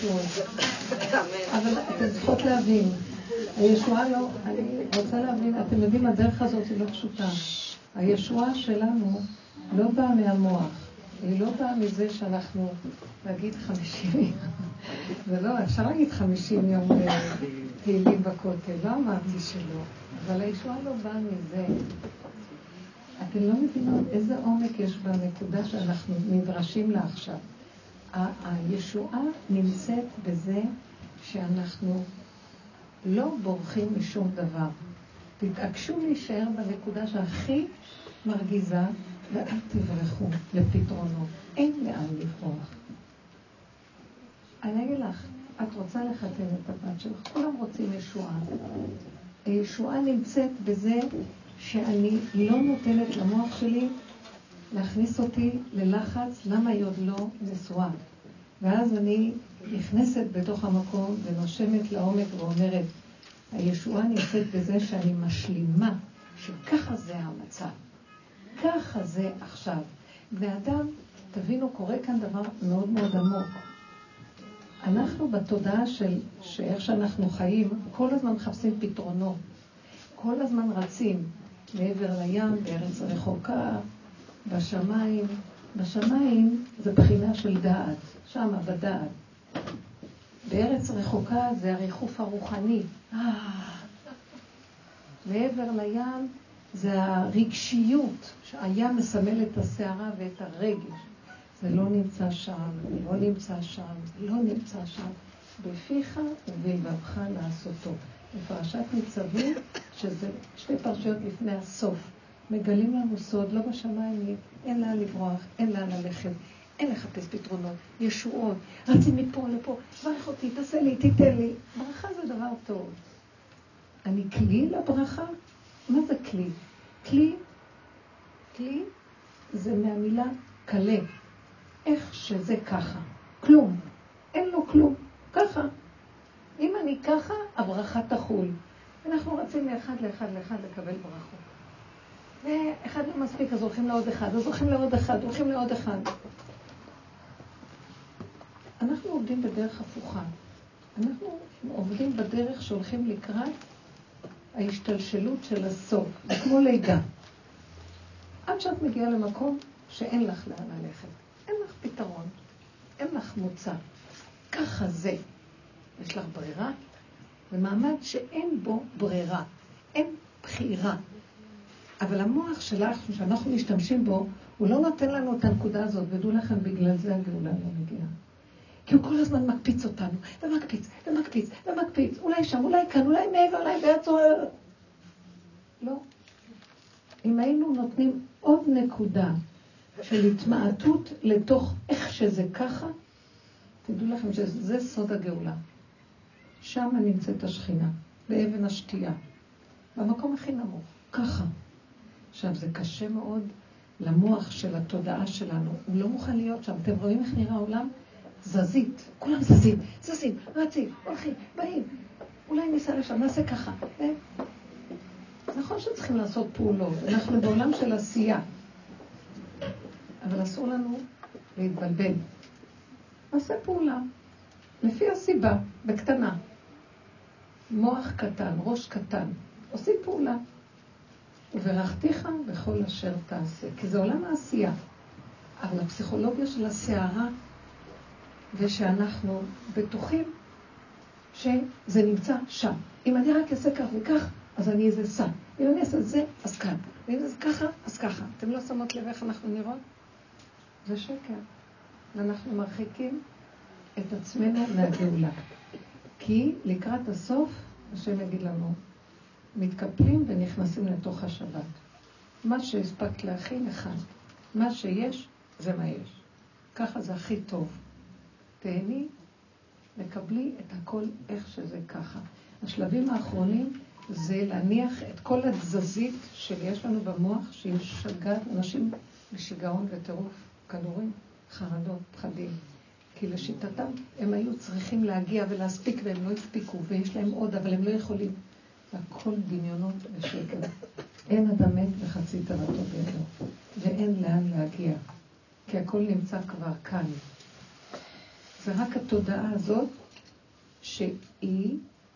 אבל אתם צריכות להבין, הישועה לא, אני רוצה להבין, אתם יודעים, הדרך הזאת היא לא פשוטה. הישועה שלנו לא באה מהמוח, היא לא באה מזה שאנחנו נגיד 50 זה לא, אפשר להגיד 50 יום פעילים בכותל, לא אמרתי שלא, אבל הישועה לא באה מזה. אתם לא מבינות איזה עומק יש בנקודה שאנחנו נדרשים לה עכשיו. הישועה נמצאת בזה שאנחנו לא בורחים משום דבר. תתעקשו להישאר בנקודה שהכי מרגיזה ואל תברחו לפתרונות. אין לאן לברוח. אני אגיד לך, את רוצה לחתן את הבת שלך, כולם רוצים ישועה. הישועה נמצאת בזה שאני לא נותנת למוח שלי להכניס אותי ללחץ, למה היא עוד לא נשואה. ואז אני נכנסת בתוך המקום ונושמת לעומק ואומרת, הישועה נמצאת בזה שאני משלימה, שככה זה המצב. ככה זה עכשיו. באדם, תבינו, קורה כאן דבר מאוד מאוד עמוק. אנחנו בתודעה שאיך שאנחנו חיים, כל הזמן מחפשים פתרונות. כל הזמן רצים מעבר לים, בארץ רחוקה, בשמיים. בשמיים זה בחינה של דעת, שמה בדעת. בארץ רחוקה זה הריחוף הרוחני. מעבר לים זה הרגשיות, שהים מסמל את השערה ואת הרגש. זה לא נמצא שם, לא נמצא שם, לא נמצא שם. בפיך ובלבבך לעשותו. בפרשת ניצבים, שזה שתי פרשיות לפני הסוף. מגלים לנו סוד, לא בשמיים, אין לאן לברוח, אין לאן ללכת, אין לחפש פתרונות, ישועות, רצים מפה לפה, ברך אותי, תעשה לי, תיתן לי. ברכה זה דבר טוב. אני כלי לברכה? מה זה כלי? כלי זה מהמילה קלה. איך שזה ככה. כלום. אין לו כלום. ככה. אם אני ככה, הברכה תחול. אנחנו רצים מאחד לאחד לקבל ברכות. ואחד לא מספיק, אז הולכים לעוד אחד, אז הולכים לעוד אחד, הולכים לעוד אחד. אנחנו עובדים בדרך הפוכה. אנחנו עובדים בדרך שהולכים לקראת ההשתלשלות של הסוף. זה כמו לידה. עד שאת מגיעה למקום שאין לך לאן ללכת. אין לך פתרון. אין לך מוצא. ככה זה. יש לך ברירה? במעמד שאין בו ברירה. אין בחירה. אבל המוח שלך, שאנחנו משתמשים בו, הוא לא נותן לנו את הנקודה הזאת, ודעו לכם, בגלל זה הגאולה לא מגיעה. כי הוא כל הזמן מקפיץ אותנו, ומקפיץ, אולי שם, אולי כאן, אולי מעבר, אולי בעצור. לא. אם היינו נותנים עוד נקודה של התמעטות לתוך איך שזה ככה, תדעו לכם שזה סוד הגאולה. שם נמצאת השכינה, באבן השתייה, במקום הכי נמוך, ככה. עכשיו, זה קשה מאוד למוח של התודעה שלנו. הוא לא מוכן להיות שם. אתם רואים איך נראה העולם? זזית. כולם זזים, רצים, הולכים, באים. אולי ניסע לשם, נעשה ככה. נכון שצריכים לעשות פעולות. אנחנו בעולם של עשייה. אבל אסור לנו להתבלבל. נעשה פעולה. לפי הסיבה, בקטנה. מוח קטן, ראש קטן. עושים פעולה. וברכתיך בכל אשר תעשה. כי זה עולם העשייה. אבל הפסיכולוגיה של השערה, ושאנחנו בטוחים שזה נמצא שם. אם אני רק אעשה כך וכך, אז אני איזה שם. אם אני אעשה זה, אז כאן. ואם זה ככה, אז ככה. אתם לא שמות לב איך אנחנו נראות? זה שקר. ואנחנו מרחיקים את עצמנו מהגאולה. כי לקראת הסוף, השם יגיד לנו, מתקפלים ונכנסים לתוך השבת. מה שהספקת להכין אחד, מה שיש, זה מה יש. ככה זה הכי טוב. תהני, לקבלי את הכל איך שזה ככה. השלבים האחרונים זה להניח את כל התזזית שיש לנו במוח, שהיא משגעת אנשים בשיגעון וטירוף, כדורים, חרדות, פחדים. כי לשיטתם הם היו צריכים להגיע ולהספיק והם לא הספיקו, ויש להם עוד, אבל הם לא יכולים. הכל דמיונות ושקר. אין אדם מת וחצי תורתו בידו, ואין לאן להגיע, כי הכל נמצא כבר כאן. זה רק התודעה הזאת שהיא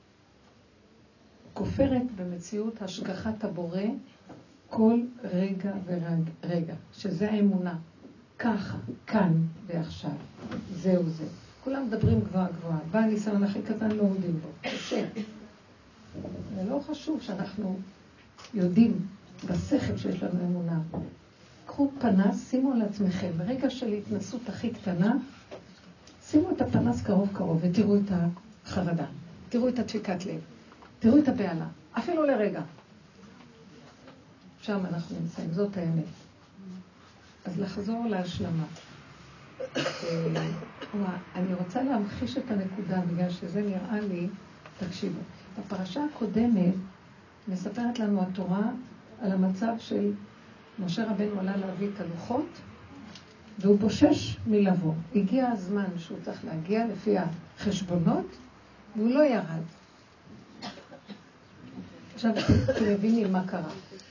כופרת במציאות השגחת הבורא כל רגע ורגע, שזה האמונה. ככה, כאן ועכשיו. זהו זה. כולם מדברים גבוהה גבוהה. בא הניסיון הכי קטן לא עומדים בו. קשה. זה לא חשוב שאנחנו יודעים בשכל שיש לנו אמונה. קחו פנס, שימו על עצמכם. ברגע של התנסות הכי קטנה, שימו את הפנס קרוב קרוב ותראו את החרדה. תראו את הדפיקת לב. תראו את הבעלה. אפילו לרגע. שם אנחנו נמצאים. זאת האמת. אז לחזור להשלמה. אני רוצה להמחיש את הנקודה, בגלל שזה נראה לי, תקשיבו. בפרשה הקודמת מספרת לנו התורה על המצב של משה רבנו עלה להביא את הלוחות, והוא בושש מלבוא. הגיע הזמן שהוא צריך להגיע לפי החשבונות, והוא לא ירד. עכשיו אתם מבינים מה קרה.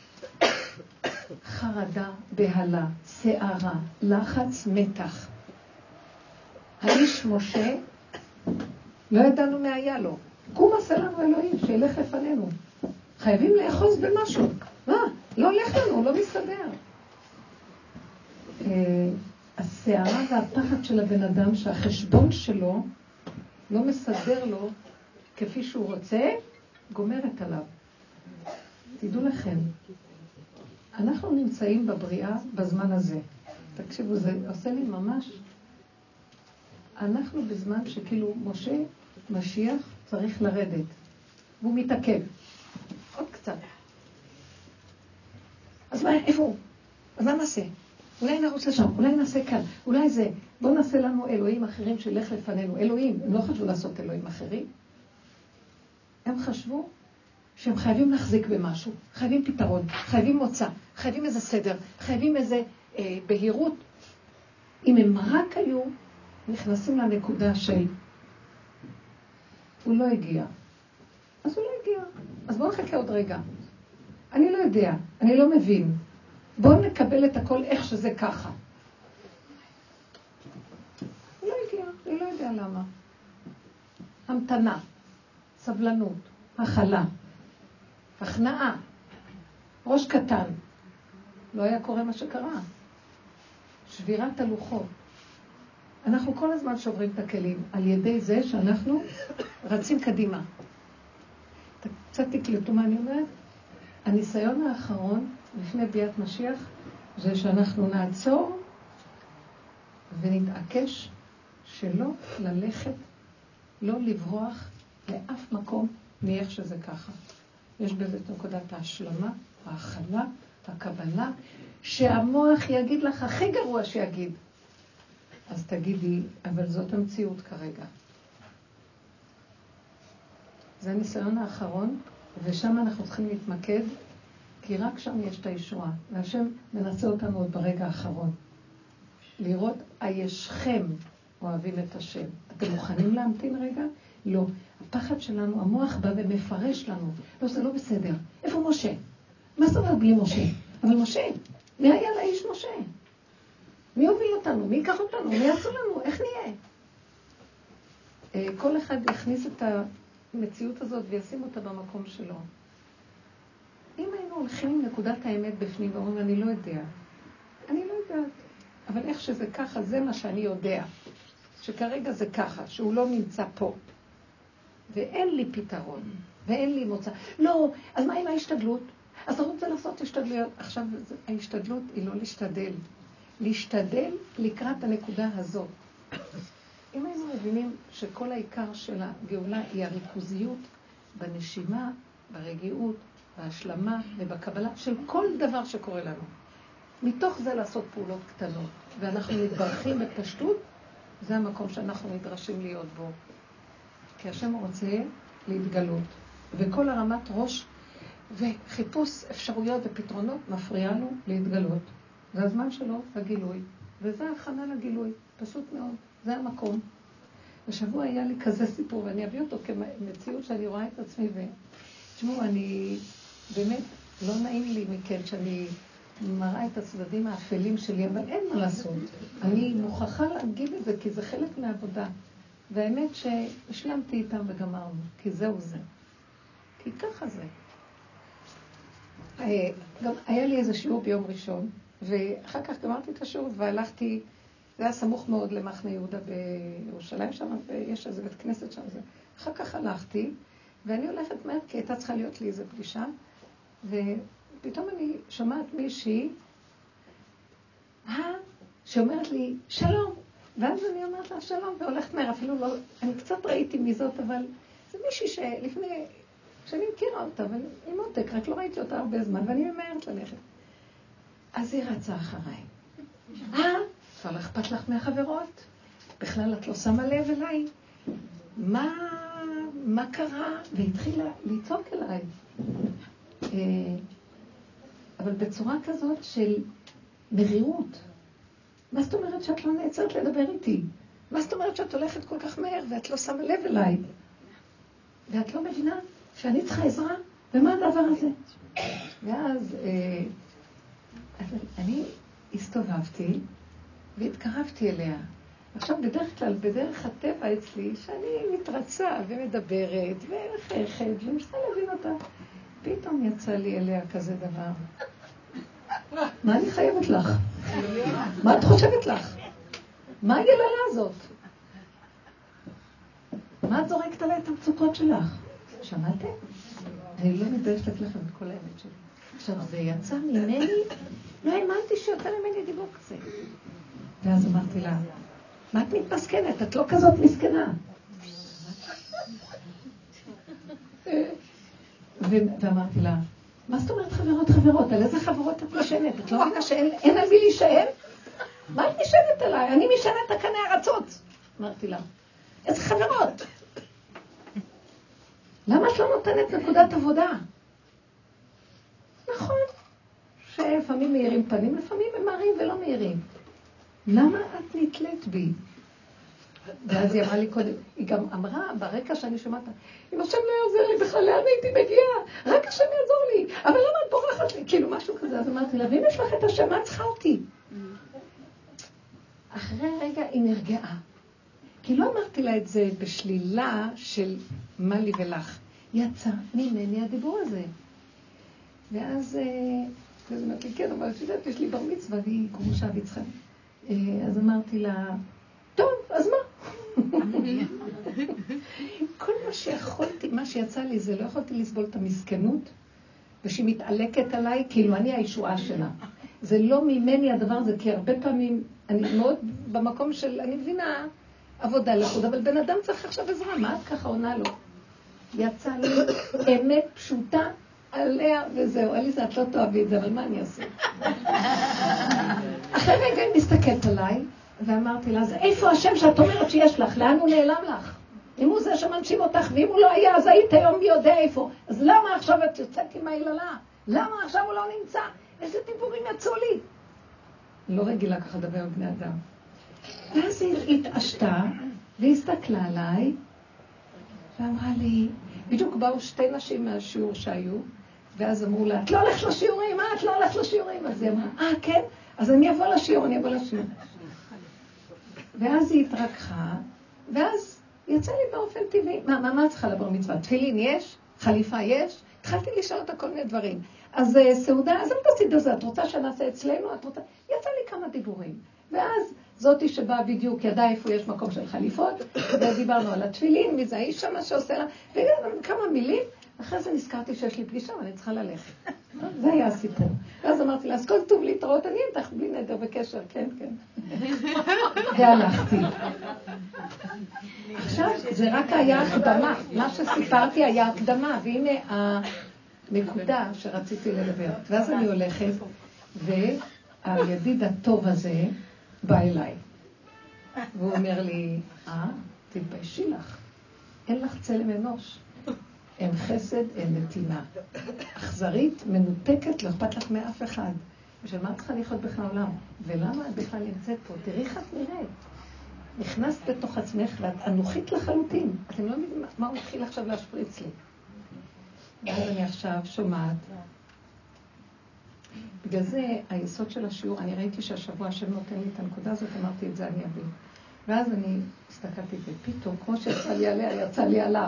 חרדה, בהלה, שערה, לחץ, מתח. האיש משה, לא ידענו מה היה לו. קום עשה לנו אלוהים, שילך לפנינו. חייבים לאחוז במשהו. מה? לא הולך לנו, לא מסתדר. השערה והפחד של הבן אדם, שהחשבון שלו לא מסדר לו כפי שהוא רוצה, גומרת עליו. תדעו לכם, אנחנו נמצאים בבריאה בזמן הזה. תקשיבו, זה עושה לי ממש... אנחנו בזמן שכאילו משה, משיח, צריך לרדת. והוא מתעכב. עוד קצת. אז מה, איפה הוא? אז מה נעשה? אולי נרוץ לשם, אולי נעשה כאן, אולי זה. בואו נעשה לנו אלוהים אחרים שילך לפנינו. אלוהים, הם לא חשבו לעשות אלוהים אחרים. הם חשבו שהם חייבים להחזיק במשהו, חייבים פתרון, חייבים מוצא, חייבים איזה סדר, חייבים איזה בהירות. אם הם רק היו נכנסים לנקודה של הוא לא הגיע, אז הוא לא הגיע. אז בואו נחכה עוד רגע. אני לא יודע, אני לא מבין. בואו נקבל את הכל איך שזה ככה. הוא לא הגיע, אני לא יודע למה. המתנה, סבלנות, הכלה, הכנעה, ראש קטן. לא היה קורה מה שקרה. שבירת הלוחות. אנחנו כל הזמן שוברים את הכלים על ידי זה שאנחנו רצים קדימה. קצת תקלטו מה אני אומרת? הניסיון האחרון לפני ביאת משיח זה שאנחנו נעצור ונתעקש שלא ללכת, לא לברוח לאף מקום מאיך שזה ככה. יש בזה את נקודת ההשלמה, ההכלה, הקבלה, שהמוח יגיד לך הכי גרוע שיגיד. אז תגידי, אבל זאת המציאות כרגע. זה הניסיון האחרון, ושם אנחנו צריכים להתמקד, כי רק שם יש את הישועה. והשם מנסה אותנו עוד ברגע האחרון. לראות, הישכם אוהבים את השם. אתם מוכנים להמתין רגע? לא. הפחד שלנו, המוח בא ומפרש לנו. לא, זה לא בסדר. איפה משה? מה זאת אומרת בלי משה? אבל משה, מי היה לאיש משה? מי הוביל אותנו? מי ייקח אותנו? מי יעשו לנו? איך נהיה? כל אחד יכניס את המציאות הזאת וישים אותה במקום שלו. אם היינו הולכים עם נקודת האמת בפנים ואומרים, אני לא יודע. אני לא יודעת. אבל איך שזה ככה, זה מה שאני יודע. שכרגע זה ככה, שהוא לא נמצא פה. ואין לי פתרון, ואין לי מוצא. לא, אז מה עם ההשתדלות? אז אני רוצה לעשות השתדלויות. עכשיו, ההשתדלות היא לא להשתדל. להשתדל לקראת הנקודה הזאת. אם היינו מבינים שכל העיקר של הגאולה היא הריכוזיות בנשימה, ברגיעות, בהשלמה ובקבלה של כל דבר שקורה לנו. מתוך זה לעשות פעולות קטנות, ואנחנו מתברכים בפשטות, זה המקום שאנחנו נדרשים להיות בו. כי השם רוצה להתגלות, וכל הרמת ראש וחיפוש אפשרויות ופתרונות מפריע לו להתגלות. זה הזמן שלו לגילוי, וזה ההכנה לגילוי, פשוט מאוד, זה המקום. השבוע היה לי כזה סיפור, ואני אביא אותו כמציאות שאני רואה את עצמי, ותשמעו, אני באמת, לא נעים לי מכן שאני מראה את הצדדים האפלים שלי, אבל אין מה לעשות. אני מוכרחה להגיד את זה, כי זה חלק מהעבודה. והאמת שהשלמתי איתם וגמרנו, כי זהו זה. כי ככה זה. גם היה לי איזה שיעור ביום ראשון, ואחר כך גמרתי את השיעור והלכתי, זה היה סמוך מאוד למחנה יהודה בירושלים שם, ויש איזה בית כנסת שם. אחר כך הלכתי, ואני הולכת מהר, כי הייתה צריכה להיות לי איזו פגישה, ופתאום אני שומעת מישהי, שאומרת לי, שלום. ואז אני אומרת לה, שלום, והולכת מהר, אפילו לא, אני קצת ראיתי מזאת, אבל זה מישהי שלפני, שאני מכירה אותה, והיא מותק, רק לא ראיתי אותה הרבה זמן, ואני ממהרת ללכת. אז היא רצה אחריי. כבר לא אכפת לך מהחברות? בכלל את לא שמה לב אליי? מה קרה? והתחילה לצעוק אליי. אבל בצורה כזאת של מרירות. מה זאת אומרת שאת לא נעצרת לדבר איתי? מה זאת אומרת שאת הולכת כל כך מהר ואת לא שמה לב אליי? ואת לא מבינה שאני צריכה עזרה? ומה הדבר הזה? ואז אני הסתובבתי והתקרבתי אליה. עכשיו בדרך כלל, בדרך הטבע אצלי, שאני מתרצה ומדברת ומחייכת ומשתה להבין אותה. פתאום יצא לי אליה כזה דבר. מה אני חייבת לך? מה את חושבת לך? מה היללה הזאת? מה את זורקת עליי את המצוקות שלך? שמעתם? אני לא מתביישת לכם את כל האמת שלי. עכשיו, זה יצא ממני, לא האמנתי שיותר ממני דיבור כזה. ואז אמרתי לה, מה את מתמסכנת? את לא כזאת מסכנה. ואמרתי לה, מה זאת אומרת חברות? על איזה חברות את נשענת? את לא מבינה שאין על מי להישען? מה את נשענת עליי? אני נשענת על קנה ארצות. אמרתי לה, איזה חברות? למה את לא נותנת נקודת עבודה? נכון, שלפעמים מאירים פנים, לפעמים הם מאירים ולא מאירים. למה את נתלית בי? ואז היא אמרה לי קודם, היא גם אמרה ברקע שאני שומעת, אם השם לא יעזר לי בכלל, לאן הייתי מגיעה? רק השם יעזור לי, אבל למה את בורחת לי? כאילו משהו כזה, אז אמרתי לה, ואם יש לך את השם, מה צריכה אותי? אחרי רגע היא נרגעה. כי לא אמרתי לה את זה בשלילה של מה לי ולך. יצא ממני הדיבור הזה. ואז אמרתי לי, כן, אבל שדעת, יש לי בר מצווה, והיא גרושה ויצחק. אז אמרתי לה, טוב, אז מה? כל מה שיכולתי, מה שיצא לי, זה לא יכולתי לסבול את המסכנות, ושהיא מתעלקת עליי, כאילו אני הישועה שלה. זה לא ממני הדבר הזה, כי הרבה פעמים, אני מאוד במקום של, אני מבינה, עבודה לחוד, אבל בן אדם צריך עכשיו עזרה, מה את ככה עונה לו? יצא לי אמת פשוטה עליה וזהו, אליזה, את לא תאהבי את זה, אבל מה אני אעשה? אחרי רגע היא מסתכלת עליי, ואמרתי לה, זה איפה השם שאת אומרת שיש לך? לאן הוא נעלם לך? אם הוא זה שמנשים אותך, ואם הוא לא היה, אז היית היום מי יודע איפה. אז למה עכשיו את יוצאת עם ההיללה? למה עכשיו הוא לא נמצא? איזה דיבורים יצאו לי? לא רגילה ככה לדבר על בני אדם. ואז היא התעשתה, והסתכלה עליי, ואמרה לי, בדיוק באו שתי נשים מהשיעור שהיו, ואז אמרו לה, את לא הולכת לשיעורים, את לא הולכת לשיעורים. אז היא אמרה, כן? אז אני אבוא לשיעור, ואז היא התרככה, ואז יצא לי באופן טבעי. מה צריכה לבר מצווה? תפילין יש? חליפה יש? התחלתי לשאול אותה כל מיני דברים. אז סעודה, אז אל תעשי את זה, את רוצה שנעשה אצלנו? את רוצה? יצא לי כמה דיבורים. ואז זאתי שבאה בדיוק, ידעה איפה יש מקום של חליפות, ודיברנו על התפילין, מי זה האיש שמה שעושה לה, וגם כמה מילים, אחרי זה נזכרתי שיש לי פגישה, ואני צריכה ללכת. זה היה הסיפור. ואז אמרתי לה, אז כל טוב להתראות, אני איתך בלי נדר בקשר, כן, כן. והלכתי. עכשיו, זה רק היה הקדמה. מה שסיפרתי היה הקדמה, והנה הנקודה שרציתי לדבר. ואז אני הולכת, והידיד הטוב הזה בא אליי. והוא אומר לי, תתביישי לך. אין לך צלם אנוש. אין חסד, אין נתינה. אכזרית, מנותקת, לא אכפת לך מאף אחד. בשביל מה את צריכה לחיות בכלל עולם? ולמה את בכלל נמצאת פה? תראי איך את נראית. נכנסת בתוך עצמך ואת אנוכית לחלוטין. אתם לא מבינים מה הוא התחיל עכשיו להשפריץ לי. ואז אני עכשיו שומעת. בגלל זה היסוד של השיעור, אני ראיתי שהשבוע השם נותן לי את הנקודה הזאת, אמרתי את זה אני אבין. ואז אני הסתכלתי ופתאום, כמו שיצא לי עליה, יצא לי עליו.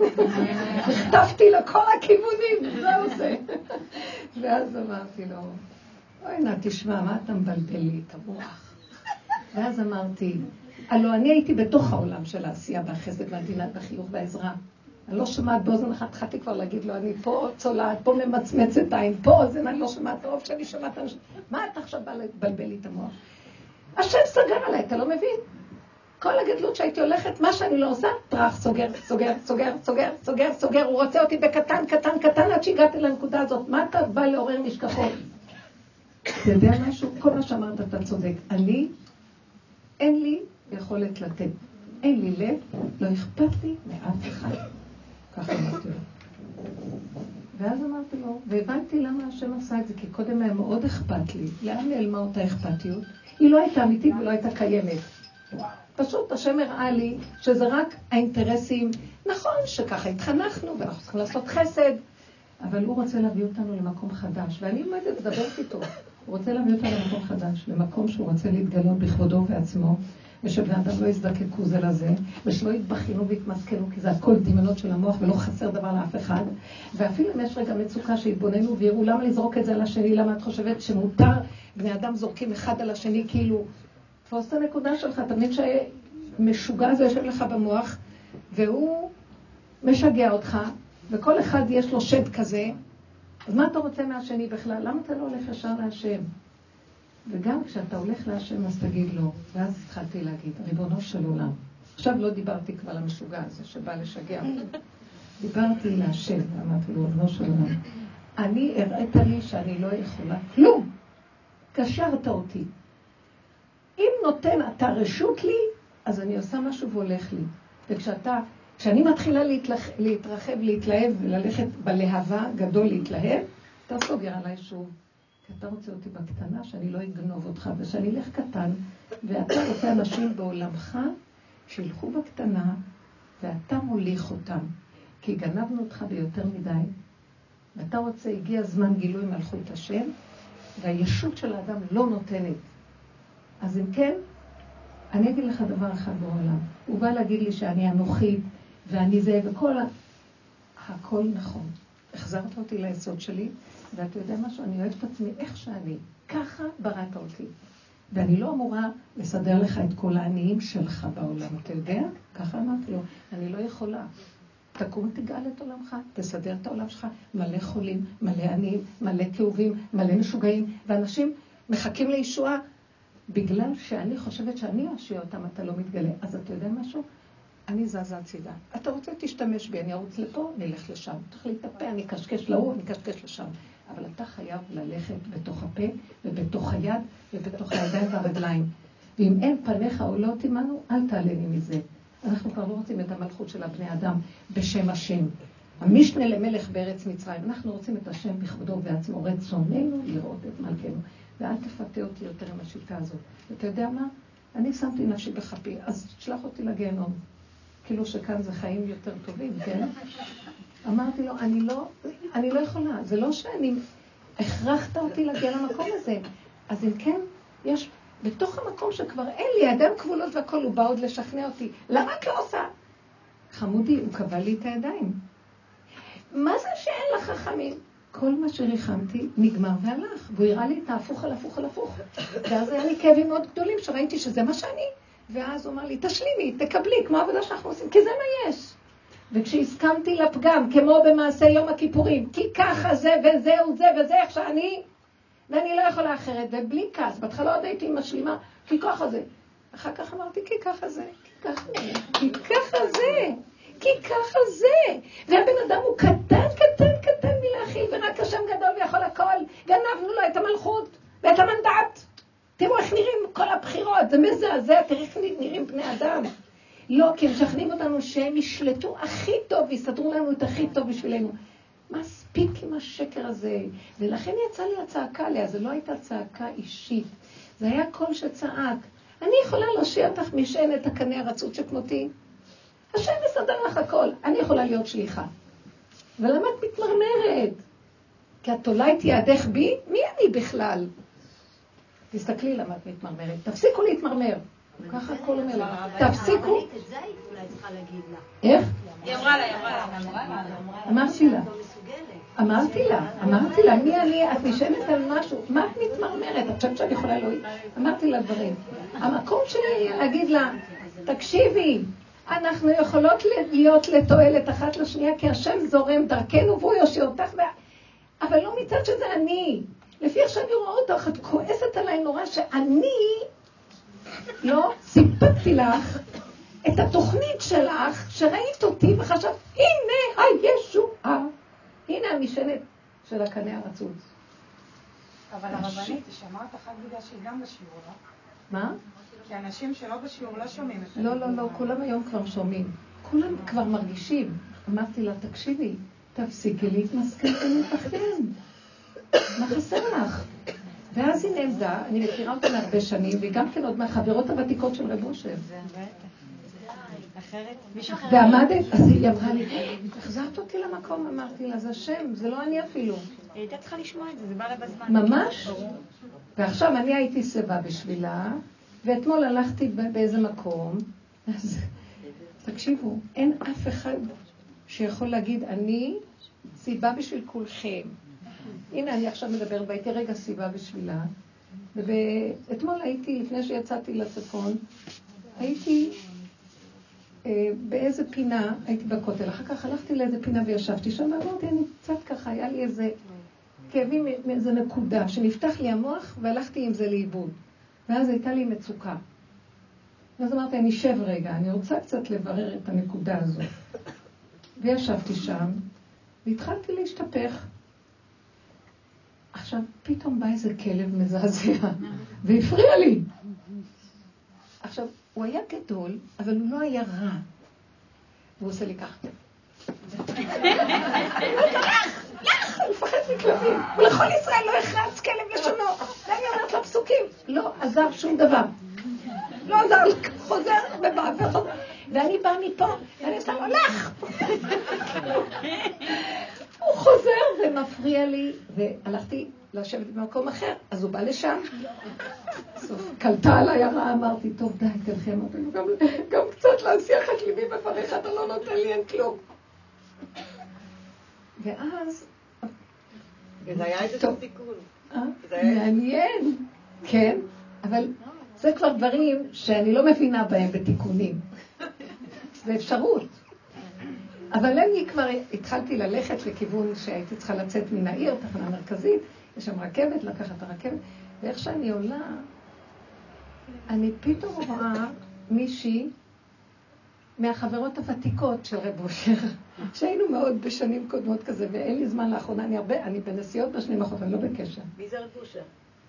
חטפתי לכל הכיוונים, זהו זה. ואז אמרתי לו, אוי נה, תשמע, מה אתה מבלבל לי את המוח? ואז אמרתי, הלוא אני הייתי בתוך העולם של העשייה והחסד והמדינה והחיוך והעזרה. אני לא שומעת באוזן אחת, התחלתי כבר להגיד לו, אני פה צולעת, פה ממצמצת עין, פה אוזן, אני לא שומעת, רוב שאני שומעת אנשים. מה אתה עכשיו בא לבלבל לי את המוח? השם סגר עליי, אתה לא מבין? כל הגדלות שהייתי הולכת, מה שאני לא עושה, טרח, סוגר, סוגר, סוגר, סוגר, סוגר, סוגר, הוא רוצה אותי בקטן, קטן, קטן, עד שהגעתי לנקודה הזאת. מה אתה בא לעורר משכחות? אתה יודע משהו? כל מה שאמרת אתה צודק. אין לי יכולת לתת. אין לי לב, לא אכפת לי מאף אחד. ככה אמרתי לו. ואז אמרתי לו, והבנתי למה השם עשה את זה, כי קודם היה מאוד אכפת לי. לאן נעלמה אותה אכפתיות? היא לא הייתה אמיתית ולא הייתה קיימת. פשוט השם הראה לי שזה רק האינטרסים. נכון שככה התחנכנו ואנחנו צריכים לעשות חסד, אבל הוא רוצה להביא אותנו למקום חדש. ואני עומדת לדבר איתו. הוא רוצה להביא אותנו למקום חדש, למקום שהוא רוצה להתגלות בכבודו ובעצמו, ושבני אדם לא יזדקקו זה לזה, ושלא יתבחינו ויתמסכנו, כי זה הכל דמיונות של המוח ולא חסר דבר לאף אחד. ואפילו אם יש רגע מצוקה שהתבוננו ויראו למה לזרוק את זה על השני, למה את חושבת שמותר בני אדם זורקים אחד על השני, כאילו תפוס את הנקודה שלך, תמיד שמשוגע זה יושב לך במוח, והוא משגע אותך, וכל אחד יש לו שד כזה, אז מה אתה רוצה מהשני בכלל? למה אתה לא הולך ישר להשם? וגם כשאתה הולך להשם, אז תגיד לו. ואז התחלתי להגיד, ריבונו של עולם. עכשיו לא דיברתי כבר על המשוגע הזה שבא לשגע אותו. דיברתי להשם, ואמרתי לו, ריבונו של עולם. אני הראית לי שאני לא יכולה כלום. קשרת אותי. אם נותן אתה רשות לי, אז אני עושה משהו והולך לי. כשאני מתחילה להתרחב, להתלהב וללכת בלהבה גדול להתלהב, אתה סוגר עליי שוב. כי אתה רוצה אותי בקטנה, שאני לא אגנוב אותך, ושאני אלך קטן, ואתה רוצה אנשים בעולמך שילכו בקטנה, ואתה מוליך אותם. כי גנבנו אותך ביותר מדי, ואתה רוצה, הגיע זמן גילוי מלכות השם, והישות של האדם לא נותנת. אז אם כן, אני אגיד לך דבר אחד בעולם. הוא בא להגיד לי שאני אנוכית, ואני זה, הכל נכון. החזרת אותי ליסוד שלי, ואתה יודע משהו, אני אוהבת את עצמי איך שאני. ככה בראת אותי. ואני לא אמורה לסדר לך את כל העניים שלך בעולם. אתה יודע? ככה אמרתי לו, אני לא יכולה. תקום תגאל את עולמך, תסדר את העולם שלך, מלא חולים, מלא עניים, מלא כאובים, מלא משוגעים, ואנשים מחכים לישועה, בגלל שאני חושבת שאני אושיע אותם, אתה לא מתגלה. אז אתה יודע משהו? אני זזה הצידה. אתה רוצה תשתמש בי, אני ארוץ לפה, נלך לשם. תחליט את הפה, אני קשקש להוא, אני קשקש לשם. אבל אתה חייב ללכת בתוך הפה, ובתוך היד, ובתוך הידיים והרגליים. ואם אין פניך עולות עמנו, אל תעלני מזה. אנחנו כבר לא רוצים את המלכות של הבני אדם בשם השם. המשנה למלך בארץ מצרים. אנחנו רוצים את השם בכבודו ובעצמו, רצוננו לראות את מלכנו. ואל תפתה אותי יותר עם השיטה הזאת. ואתה יודע מה? אני שמתי נפשי בחפי, אז תשלח אותי לגיהנום. כאילו שכאן זה חיים יותר טובים, כן? אמרתי לו, אני לא יכולה. זה לא שאני הכרחת אותי להגיע למקום הזה. אז אם כן, יש בתוך המקום שכבר אין לי, ידיים כבולות והכל, הוא בא עוד לשכנע אותי. למה את לא עושה? חמודי, הוא קבע לי את הידיים. מה זה שאין לך חכמים? כל מה שריחמתי נגמר והלך, והוא הראה לי את ההפוך על הפוך על הפוך. ואז היה לי כאבים מאוד גדולים שראיתי שזה מה שאני. ואז הוא אמר לי, תשלימי, תקבלי, כמו העבודה שאנחנו עושים, כי זה מה יש. וכשהסכמתי לפגם, כמו במעשה יום הכיפורים, כי ככה זה וזהו זה וזה איך שאני, ואני לא יכולה אחרת, ובלי כעס, בהתחלה עוד הייתי משלימה, כי ככה זה. אחר כך אמרתי, כי ככה זה, כי ככה זה, כי ככה זה, כי ככה זה. והבן אדם הוא קטן, קטן, קטן מלהכיל, ורק השם גדול ויכול הכל. גנבנו לו את המלכות ואת המנדט. תראו איך נראים כל הבחירות, זה מזעזע, תראו איך נראים בני אדם. לא, כי הם משכנעים אותנו שהם ישלטו הכי טוב, ויסתדרו לנו את הכי טוב בשבילנו. מספיק עם השקר הזה. ולכן יצא לי הצעקה עליה, זה לא הייתה צעקה אישית. זה היה קול שצעק. אני יכולה להושיע אותך משענת הקנה הרצות שכמותי. השם מסדר לך הכל. אני יכולה להיות שליחה. ולמה את מתמרמרת? כי את תולה את ידך בי, מי אני בכלל? תסתכלי למה את מתמרמרת. תפסיקו להתמרמר. ככה הכל אומר לה. תפסיקו. את זה אולי צריכה להגיד לה. איך? היא אמרה לה. אמרתי לה, מי אני? את נשענת על משהו. מה את מתמרמרת? את חושבת שאני יכולה להועיל? אמרתי לה דברים. המקום שלי להגיד לה, תקשיבי, אנחנו יכולות להיות לתועלת אחת לשנייה, כי השם זורם דרכנו והוא יושיע אותך, אבל לא מצד שזה אני. לפי איך שאני רואה אותך, את כועסת עליי נורא שאני לא סיפקתי לך את התוכנית שלך, שראית אותי וחשבת, הנה הישועה. הנה המשענת של הקנה הרצוץ. אבל הרבנית, שמעת אחת בגלל שהיא גם בשיעור, לא? מה? כי אנשים שלא בשיעור לא שומעים את זה. לא, כולם היום כבר שומעים. כולם כבר מרגישים. אמרתי לה, תקשיבי, תפסיקי להתמסכן ולהתפחדן. מה חסר לך? ואז היא נעמדה, אני מכירה אותה מהרבה שנים, והיא גם כן עוד מהחברות הוותיקות של רב אושר. ועמדת, אז היא אמרה לי, החזרת אותי למקום, אמרתי לה, זה השם, זה לא אני אפילו. היא הייתה צריכה לשמוע את זה, זה בא לה בזמן. ממש. ועכשיו אני הייתי סבבה בשבילה, ואתמול הלכתי באיזה מקום, אז תקשיבו, אין אף אחד שיכול להגיד, אני סיבה בשביל כולכם. הנה, אני עכשיו מדברת, והייתי רגע סיבה בשבילה, ואתמול הייתי, לפני שיצאתי לצפון, הייתי באיזה פינה, הייתי בכותל, אחר כך הלכתי לאיזה פינה וישבתי שם, ואמרתי, אני קצת ככה, היה לי איזה כאבים מאיזה נקודה, שנפתח לי המוח, והלכתי עם זה לאיבוד. ואז הייתה לי מצוקה. ואז אמרתי, אני אשב רגע, אני רוצה קצת לברר את הנקודה הזאת. וישבתי שם, והתחלתי להשתפך. עכשיו, פתאום בא איזה כלב מזעזע, והפריע לי. עכשיו, הוא היה גדול, אבל הוא לא היה רע. והוא עושה לי ככה. הוא מפחד מכלבים. ולכל ישראל לא יחרץ כלב לשונו. ואני אומרת לו פסוקים. לא עזר שום דבר. לא עזר, חוזר ובא וחוזר. ואני באה מפה, ואני עושה לו, הולך! הוא חוזר ומפריע לי, והלכתי לשבת במקום אחר, אז הוא בא לשם. קלטה עליי הרעה, אמרתי, טוב די, תלכי, אמרתי לו, גם קצת להסיח את ליבי בפריך, אתה לא נותן לי, אין כלום. ואז... זה היה איזה תיקון. מעניין, כן, אבל זה כבר דברים שאני לא מבינה בהם בתיקונים. זה אפשרות. אבל אני כבר התחלתי ללכת לכיוון שהייתי צריכה לצאת מן העיר, תחנה מרכזית, יש שם רכבת, לקחת את הרכבת, ואיך שאני עולה, אני פתאום רואה מישהי מהחברות הוותיקות של רב אושר, שהיינו מאוד בשנים קודמות כזה, ואין לי זמן לאחרונה, אני בנסיעות בשנים האחרונות, אני לא בקשר. מי זה רב אושר?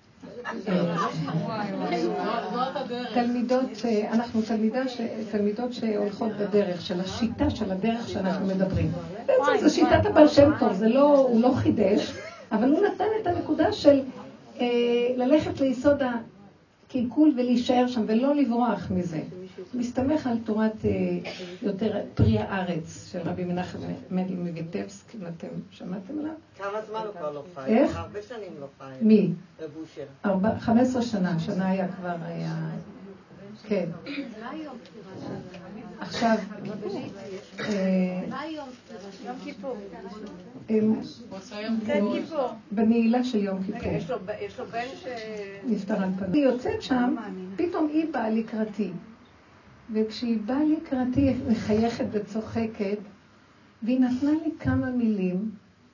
תלמידות, אנחנו תלמידות שהולכות בדרך, של השיטה של הדרך שאנחנו מדברים. בעצם זה שיטת הבעל שם טוב, הוא לא חידש, אבל הוא נתן את הנקודה של ללכת ליסוד הקלקול ולהישאר שם ולא לברוח מזה. מסתמך על תורת יותר פרי הארץ של רבי מנחם מנדל מוויטבסק, אם אתם שמעתם עליו? כמה זמן הוא כבר לא חי? איך? הרבה שנים לא חי. מי? רב אושר. 15 שנה, שנה היה כבר, כן. מה היום פטירה שלו? עכשיו, מה היום פטירה שלו? יום כיפור. כן, כיפור. בנעילה של יום כיפור. יש לו בן נפטר על פנים. היא יוצאת שם, פתאום היא באה לקראתי. וכשהיא באה לקראתי, היא מחייכת וצוחקת, והיא נתנה לי כמה מילים,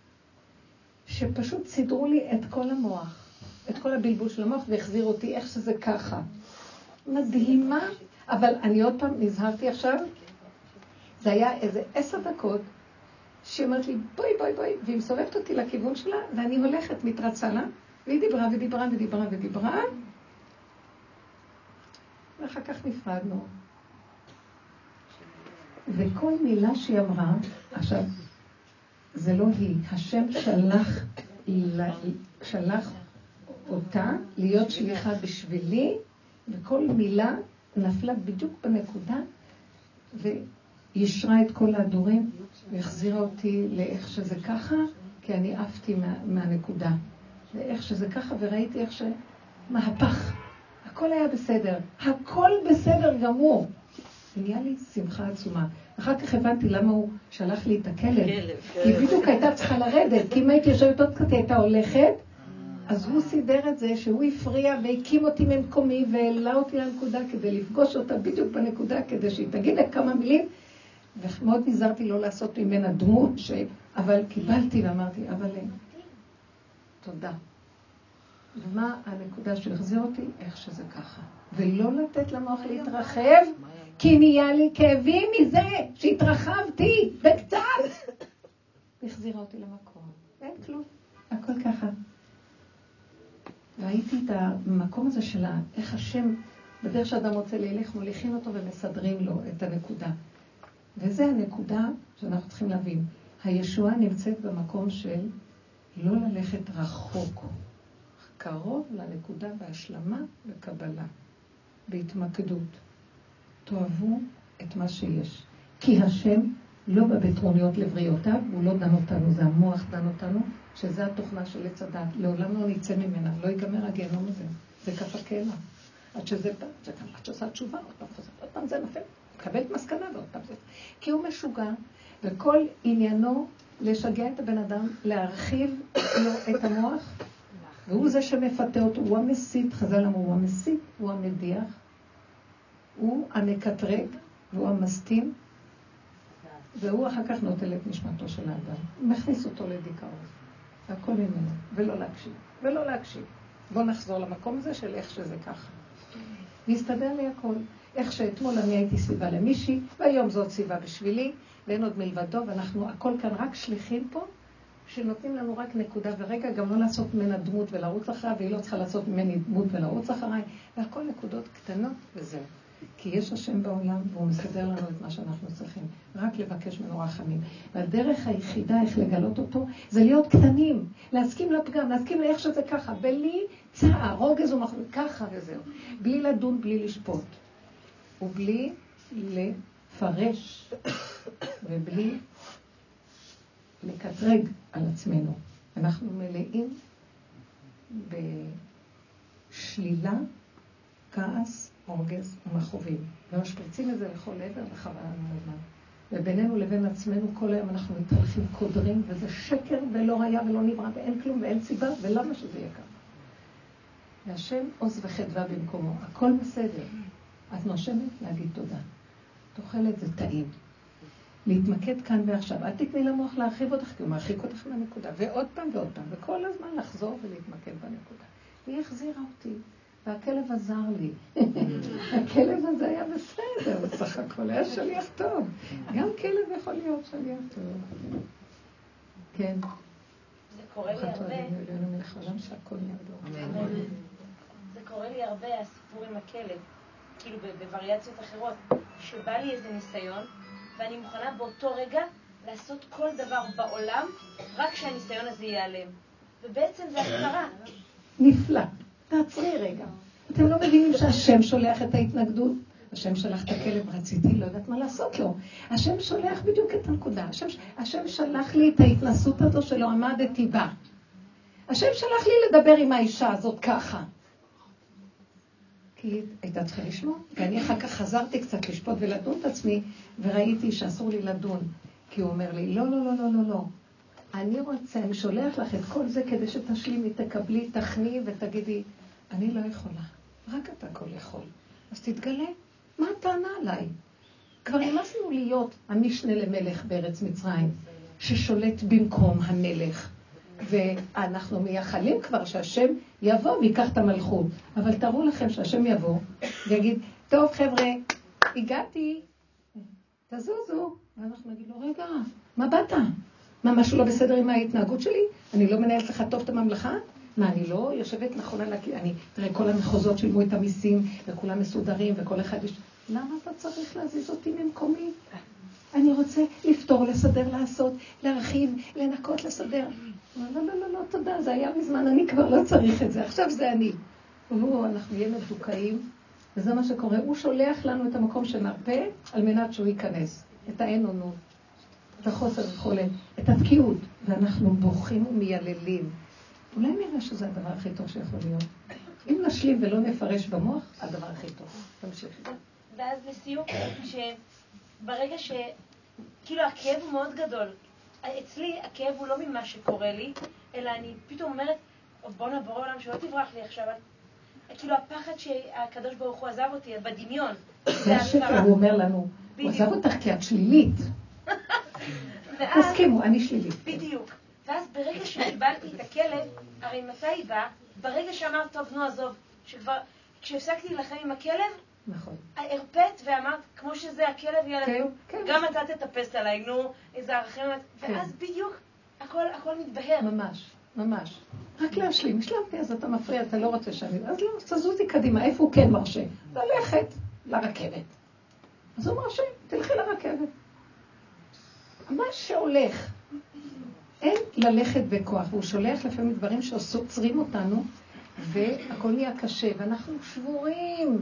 שפשוט סידרו לי את כל המוח, את כל הבלבול של המוח, והחזיר אותי איך שזה ככה. מדהימה, אבל אני עוד פעם נזהרתי עכשיו, זה היה איזה 10 דקות, שהיא אומרת לי, בואי, והיא מסובבת אותי לכיוון שלה, ואני הולכת, מתרצה לה, והיא דיברה, ואחר כך נפרדנו. וכל מילה שהיא אמרה, עכשיו, זה לא היא, השם שלח אותה להיות שליחה בשבילי, וכל מילה נפלה בדיוק בנקודה, וישרה את כל ההדורים, והחזירה אותי לאיך שזה ככה, כי אני עפתי מהנקודה. ואיך שזה ככה, וראיתי איך שמהפך. הכל היה בסדר. הכל בסדר גמור. נהיה לי שמחה עצומה. אחר כך הבנתי למה הוא שלח לי את הכלב. כי בדיוק הייתה צריכה לרדת. כי אם הייתי יושבת עוד קצת, הייתה הולכת. אז הוא סידר את זה שהוא הפריע והקים אותי ממקומי והעלה אותי לנקודה כדי לפגוש אותה בדיוק בנקודה, כדי שהיא תגיד כמה מילים. ומאוד נזהרתי לא לעשות ממנה דמות, אבל קיבלתי ואמרתי, אבל תודה. ומה הנקודה שהחזיר אותי? איך שזה ככה. ולא לתת למוח להתרחב, כי נהיה לי כאבים מזה שהתרחבתי בקצת. והחזירה אותי למקום. אין כלום. הכל ככה. ראיתי את המקום הזה שלה, איך השם, בדרך שאדם רוצה להלך, מוליכים אותו ומסדרים לו את הנקודה. וזה הנקודה שאנחנו צריכים להבין. הישועה נמצאת במקום של לא ללכת רחוק, קרוב לנקודה בהשלמה וקבלה, בהתמקדות. תאהבו את מה שיש. כי השם לא בבטרוניות לבריאותיו, הוא לא דן אותנו, זה המוח דן אותנו, שזה התוכנה של עץ הדת. לעולם לא נצא ממנה, לא ייגמר הגיהנום הזה. זה כפה קהלה. עד שזה בא, זה גם עד שעושה תשובה, עוד פעם זה נופל. מקבלת מסקנה ועוד פעם זה. כי הוא משוגע, וכל עניינו לשגע את הבן אדם, להרחיב לו את המוח, והוא זה שמפתה אותו, הוא המסית, חז"ל אמרו, הוא המסית, הוא המדיח, הוא המקטרג, והוא המסתים, והוא אחר כך נוטל את נשמתו של האדם. הוא מכניס אותו לדיכאון. הכל ממנו, ולא להקשיב, ולא להקשיב. בוא נחזור למקום הזה של איך שזה ככה. והסתדר לי הכל. איך שאתמול אני הייתי סביבה למישהי, והיום זאת סביבה בשבילי, ואין עוד מלבדו, ואנחנו הכל כאן רק שליחים פה, שנותנים לנו רק נקודה ורגע, גם לא לעשות ממנה דמות ולרוץ אחריה, והיא לא צריכה לעשות ממני דמות ולרוץ אחריי, והכל נקודות קטנות וזהו. כי יש השם בעולם, והוא מסדר לנו את מה שאנחנו צריכים. רק לבקש ממנו רחמים. והדרך היחידה איך לגלות אותו, זה להיות קטנים, להסכים לפגם, להסכים לאיך שזה ככה, בלי צער, רוגז ומחלוקת, ככה וזהו. בלי לדון, בלי לשפוט. ובלי לפרש, ובלי לקטרג על עצמנו. אנחנו מלאים בשלילה, כעס, רוגז ומחובים. ומשפריצים את זה לכל עבר וחבל לנו הזמן. ובינינו לבין עצמנו כל היום אנחנו מתהלכים קודרים, וזה שקר ולא היה ולא נברא ואין כלום ואין סיבה, ולמה שזה יהיה ככה? והשם עוז וחדווה במקומו, הכל בסדר. את נושמת להגיד תודה. תאכלת זה טעים. להתמקד כאן ועכשיו. אל תתני למוח להרחיב אותך, כי הוא מרחיק אותך מהנקודה. ועוד פעם ועוד פעם. וכל הזמן לחזור ולהתמקד בנקודה. היא החזירה אותי. והכלב עזר לי. הכלב הזה היה בסדר. בסך הכל היה שליח טוב. גם כלב יכול להיות שליח טוב. כן. זה קורה לי הרבה. זה קורה לי הרבה, הסיפור עם הכלב. כאילו בווריאציות אחרות, שבא לי איזה ניסיון, ואני מוכנה באותו רגע לעשות כל דבר בעולם, רק שהניסיון הזה ייעלם. ובעצם זה הסתרה. נפלא. תעצרי רגע. אתם לא מבינים שהשם שולח את ההתנגדות? השם שלח את הכלב, רציתי, לא יודעת מה לעשות לו. השם שולח בדיוק את הנקודה. השם שלח לי את ההתנסות הזו שלא עמדתי בה. השם שלח לי לדבר עם האישה הזאת ככה. כי הייתה צריכה לשמוע, ואני אחר כך חזרתי קצת לשפוט ולדון את עצמי, וראיתי שאסור לי לדון, כי הוא אומר לי, לא, לא, לא, לא, לא, לא. אני רוצה, אני שולח לך את כל זה כדי שתשלימי, תקבלי, תכני ותגידי, אני לא יכולה, רק אתה כל יכול. אז תתגלה, מה הטענה עליי? כבר נמאסנו להיות המשנה למלך בארץ מצרים, ששולט במקום המלך. ואנחנו מייחלים כבר שהשם יבוא ויקח את המלכות. אבל תראו לכם שהשם יבוא ויגיד, טוב חבר'ה, הגעתי, תזוזו. ואנחנו נגיד לו, רגע, מה באת? מה, משהו לא בסדר עם ההתנהגות שלי? אני לא מנהלת לך טוב את הממלכה? מה, אני לא יושבת נכון על תראה, כל המחוזות שילמו את המיסים, וכולם מסודרים, וכל אחד יש... למה אתה צריך להזיז אותי ממקומי? אני רוצה לפתור, לסדר, לעשות, להרחיב, לנקות, לסדר. לא, לא, לא, לא, תודה, זה היה מזמן, אני כבר לא צריך את זה, עכשיו זה אני. אנחנו נהיה מדוכאים, וזה מה שקורה. הוא שולח לנו את המקום שנרפה, על מנת שהוא ייכנס. את האין-אונות, את החוסר יכולת, את התקיעות. ואנחנו בוכים ומייללים. אולי נראה שזה הדבר הכי טוב שיכול להיות. אם נשלים ולא נפרש במוח, הדבר הכי טוב. תמשיכי. ואז לסיום, שברגע כאילו הכאב הוא מאוד גדול. אצלי הכאב הוא לא ממה שקורה לי, אלא אני פתאום אומרת, בוא נעבור לעולם שלא תברח לי עכשיו. כאילו הפחד שהקדוש ברוך הוא עזב אותי, בדמיון. זה השקר, הוא אומר לנו, הוא עזב אותך כי את שלילית. תסכימו, אני שלילית. בדיוק. ואז ברגע שקיבלתי את הכלב, הרי מתי היא באה? ברגע שאמרת, טוב, נו, עזוב, כשהפסקתי להילחם עם הכלב, נכון. הרפאת ואמרת, כמו שזה הכלב ילד, גם אתה תטפס עליי, נו, איזה ערכים, ואז בדיוק הכל מתבהר. ממש, ממש. רק להשלים, השלמתי, אז אתה מפריע, אתה לא רוצה שאני... אז לא, תזוזי קדימה, איפה הוא כן מרשה? ללכת לרכבת. אז הוא מרשה, תלכי לרכבת. מה שהולך, אין ללכת בכוח, והוא שולח לפעמים דברים שעוצרים אותנו, והכל נהיה קשה, ואנחנו שבורים.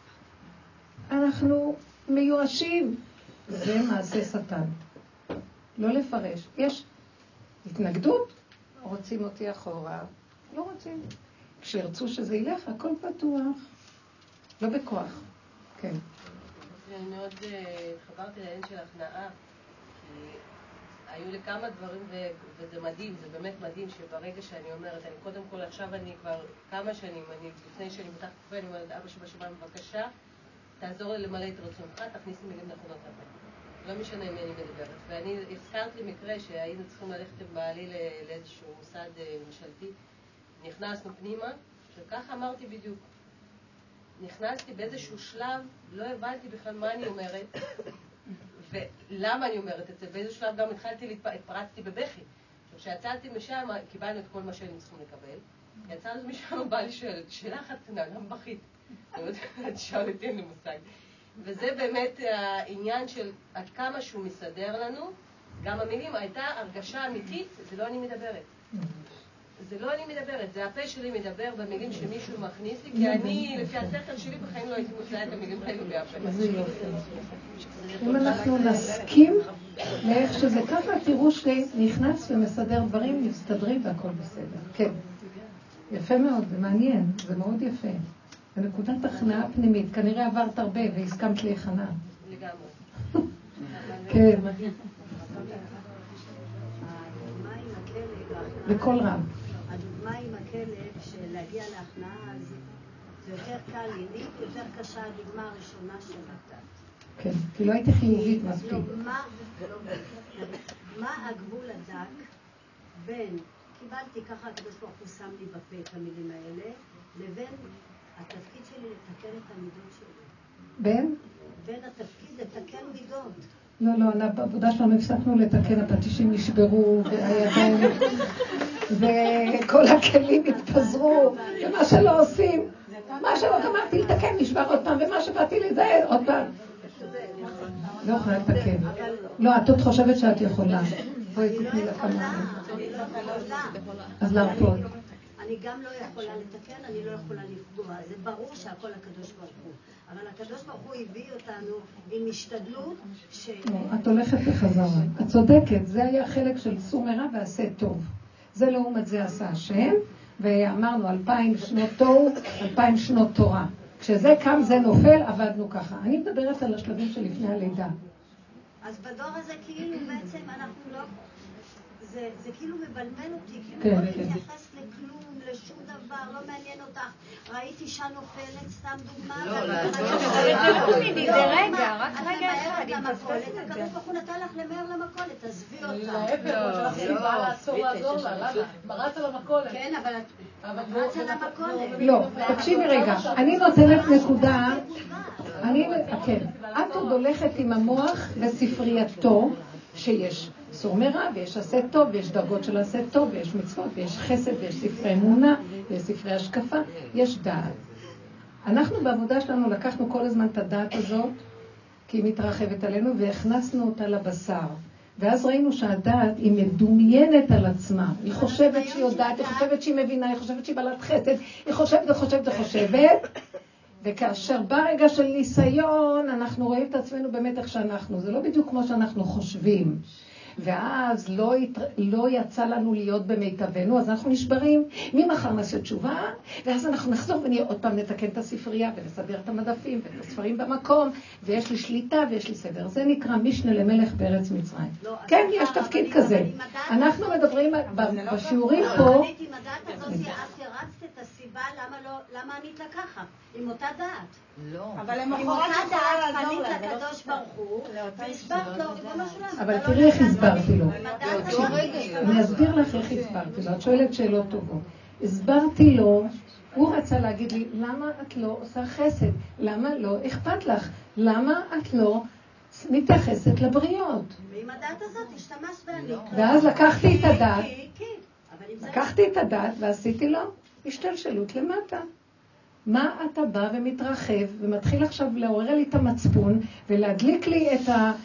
אנחנו מיואשים. זה מעשה שטן. לא לפרש. יש התנגדות, רוצים אותי אחורה. לא רוצים. כשירצו שזה ילך, הכל פתוח. לא בכוח. כן. אני מאוד חברתי לעניין של הכנעה, כי היו לי כמה דברים, וזה מדהים, זה באמת מדהים שברגע שאני אומרת, אני קודם כל עכשיו אני כבר כמה שנים, לפני שאני מתחת כפה, אני אומרת, אבא שבשמיים בבקשה, תעזור לי למלא את רצונך, תכניס לי מילים נכונות לפה. לא משנה אם אני מדברת. ואני הזכרת לי מקרה שהיינו צריכים ללכת עם בעלי לאיזשהו מוסד ממשלתי, נכנסנו פנימה, שככה אמרתי בדיוק. נכנסתי באיזשהו שלב, לא הבנתי בכלל מה אני אומרת, ולמה אני אומרת את זה. באיזשהו שלב גם התפרצתי בבכי. כשיצאתי משם, קיבלנו את כל מה שהיינו צריכים לקבל. יצאנו משם, בא לי שאלה אחת קטנה, גם בכית. את שואלת, אין לי מושג. וזה באמת העניין של עד כמה שהוא מסדר לנו. גם המילים, הייתה הרגשה אמיתית, זה לא אני מדברת. זה לא אני מדברת, זה הפה שלי מדבר במילים שמישהו מכניס לי, כי אני, לפי השכל שלי, בחיים לא הייתי מוצאה את המילים האלו בהפה. זה יופי. אם אנחנו נסכים לאיך שזה ככה, תראו שנכנס ומסדר דברים, מסתדרים והכל בסדר. כן. יפה מאוד, זה מעניין, זה מאוד יפה. זה נקודת הכנעה פנימית, כנראה עברת הרבה והסכמת להיכנע. לגמרי. כן. בכל רם. הדוגמה עם הכלב של להגיע להכנעה, זה יותר קל לי, יותר קשה הדוגמה הראשונה של נתת. כן, כי לא הייתי חיובית מספיק. מה הגבול הדק בין, קיבלתי ככה, הקדוש ברוך הוא שם לי בפה את המילים האלה, לבין התפקיד שלי לתקן את המידות שלי. בין? בין התפקיד לתקן מידות. לא, בעבודה שלנו הפסקנו לתקן, הפטישים נשברו, והידיים, וכל הכלים התפזרו, ומה שלא עושים, מה שלא גמרתי לתקן נשבר עוד פעם, ומה שבאתי לזה עוד פעם. לא יכולה לתקן. לא, את עוד חושבת שאת יכולה. בואי תתני לה כמה. אז להרפות. אני גם לא יכולה לתקן, אני לא יכולה לפגוע. זה ברור שהכל הקדוש ברוך הוא. אבל הקדוש ברוך הוא הביא אותנו עם השתדלות ש... את הולכת בחזרה. את צודקת, זה היה חלק של סור מרע ועשה טוב. זה לעומת זה עשה השם, ואמרנו 2000 שנות תוהו, 2000 שנות תורה. כשזה קם זה נופל, עבדנו ככה. אני מדברת על השלבים שלפני הלידה. אז בדור הזה כאילו בעצם אנחנו לא... זה כאילו מבלבל אותי, כן, כאילו לא כן. להתייחס לכלום, לשום דבר, לא מעניין אותך. ראיתי אישה נופלת, סתם דוגמה. זה רגע, רק רגע אחד. הקדוש ברוך הוא נתן לך למהר למכולת, עזבי אותה. להפך, הוא בא לעצור לעזור לה, למה? מרצת למכולת. כן, אבל רצה למכולת. לא, תקשיבי רגע, אני נותנת נקודה, כן, את עוד הולכת עם המוח בספרייתו, שיש סור מרע, ויש עשה טוב, ויש דרגות של עשה טוב, ויש מצוות, ויש חסד, ויש ספרי אמונה, ויש ספרי השקפה, יש דעת. אנחנו בעבודה שלנו לקחנו כל הזמן את הדעת הזאת, כי היא מתרחבת עלינו, והכנסנו אותה לבשר. ואז ראינו שהדעת היא מדומיינת על עצמה. היא חושבת שהיא יודעת, היא חושבת שהיא מבינה, היא חושבת שהיא בעלת חסד, היא חושבת, וכאשר ברגע של ניסיון, אנחנו רואים את עצמנו באמת איך שאנחנו. זה לא בדיוק כמו שאנחנו חושבים. ואז לא יצא לנו להיות במיטבנו, אז אנחנו נשברים, ממחר נעשה תשובה, ואז אנחנו נחזור עוד פעם נתקן את הספרייה, ונסדר את המדפים, ואת הספרים במקום, ויש לי שליטה ויש לי סדר. זה נקרא משנה למלך בארץ מצרים. כן, יש תפקיד כזה. אנחנו מדברים בשיעורים פה... אבל עם הדעת הזאת, את ירצת את הסיבה למה ענית לה ככה, עם אותה דעת. לא. אבל עם למחרת אותה יכולה דעת לעזור פנית לה. לקדוש ברוך הוא, והסברת לו, ריבונו של עולם. אבל תראי איך הסברתי לו. עם הדעת הזאת, אני אסביר לך איך הסברתי לו. את שואלת שאלות טובות. הסברתי לו, הוא רצה להגיד לי, למה את לא עושה חסד? למה לא אכפת לך? למה את לא מתייחסת לבריות? ועם הדעת הזאת השתמשת בענית. ואז לקחתי את הדעת, אבל עם זה... לקחתי את הדעת ועשיתי לו השתלשלות למטה. מה אתה בא ומתרחב ומתחיל עכשיו לעורר לי את המצפון ולהדליק לי את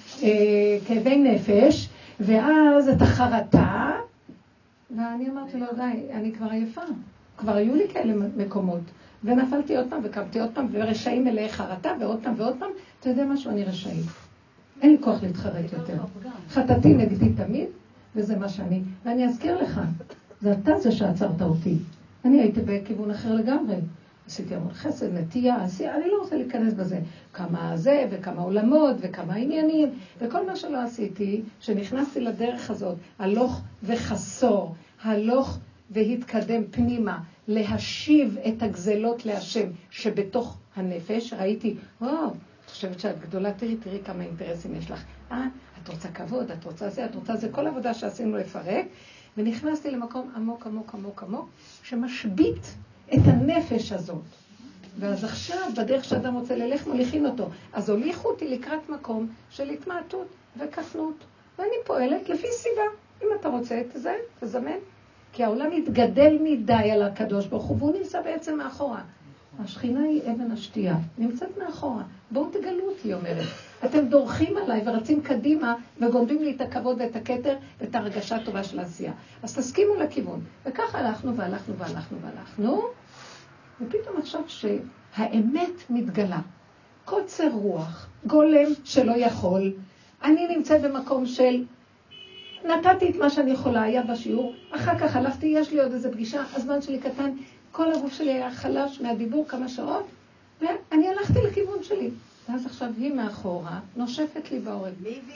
הכאבי נפש ואז את החרטה, ואני אמרתי לו די, אני כבר עייפה, כבר היו לי כאלה מקומות ונפלתי עוד פעם וקמתי עוד פעם ורשעים מלאי חרטה ועוד פעם ועוד פעם. אתה יודע משהו, אני רשאית, אין לי כוח להתחרט יותר, חטאתי נגדי תמיד וזה מה שאני, ואני אזכיר לך, זה אתה זה שעצרת אותי, אני הייתי בכיוון אחר לגמרי, עשיתי המון חסד, נטייה, אני לא רוצה להיכנס בזה. כמה זה וכמה עולמות וכמה עניינים, וכל מה שלא עשיתי, שנכנסתי לדרך הזאת, הלוך וחסור, הלוך והתקדם פנימה, להשיב את הגזלות להשם שבתוך הנפש. ראיתי, וואו, את חושבת שאת גדולה, תראי כמה אינטרסים יש לך. את רוצה כבוד, את רוצה זה, את רוצה זה, כל עבודה שעשינו לפרק, ונכנסתי למקום עמוק, עמוק, עמוק, עמוק, שמשבית את הנפש הזאת. ואז עכשיו, בדרך שאדם רוצה ללך, מוליכים אותו. אז הוליכו אותי לקראת מקום של התמעטות וכפנות. ואני פועלת לפי סיבה. אם אתה רוצה, תזמן. כי העולם מתגדל מדי על הקדוש ברוך הוא, והוא נמצא בעצם מאחורה. השכינה היא אבן השתייה, נמצאת מאחורה. בואו תגלו אותי, היא אומרת. אתם דורכים עליי ורצים קדימה וגונדים לי את הכבוד ואת הכתר ואת הרגשה הטובה של העשייה. אז תסכימו לכיוון. וכך הלכנו והלכנו והלכנו והלכנו. ופתאום עכשיו שהאמת מתגלה. קוצר רוח, גולם שלא יכול. אני נמצאת במקום של נתתי את מה שאני יכולה, היה בשיעור. אחר כך הלכתי, יש לי עוד איזה פגישה, הזמן שלי קטן. כל הגוף שלי היה חלש מהדיבור כמה שעות, ואני הלכתי לכיוון שלי. ואז עכשיו היא מאחורה, נושפת לי בעורף. מי הביא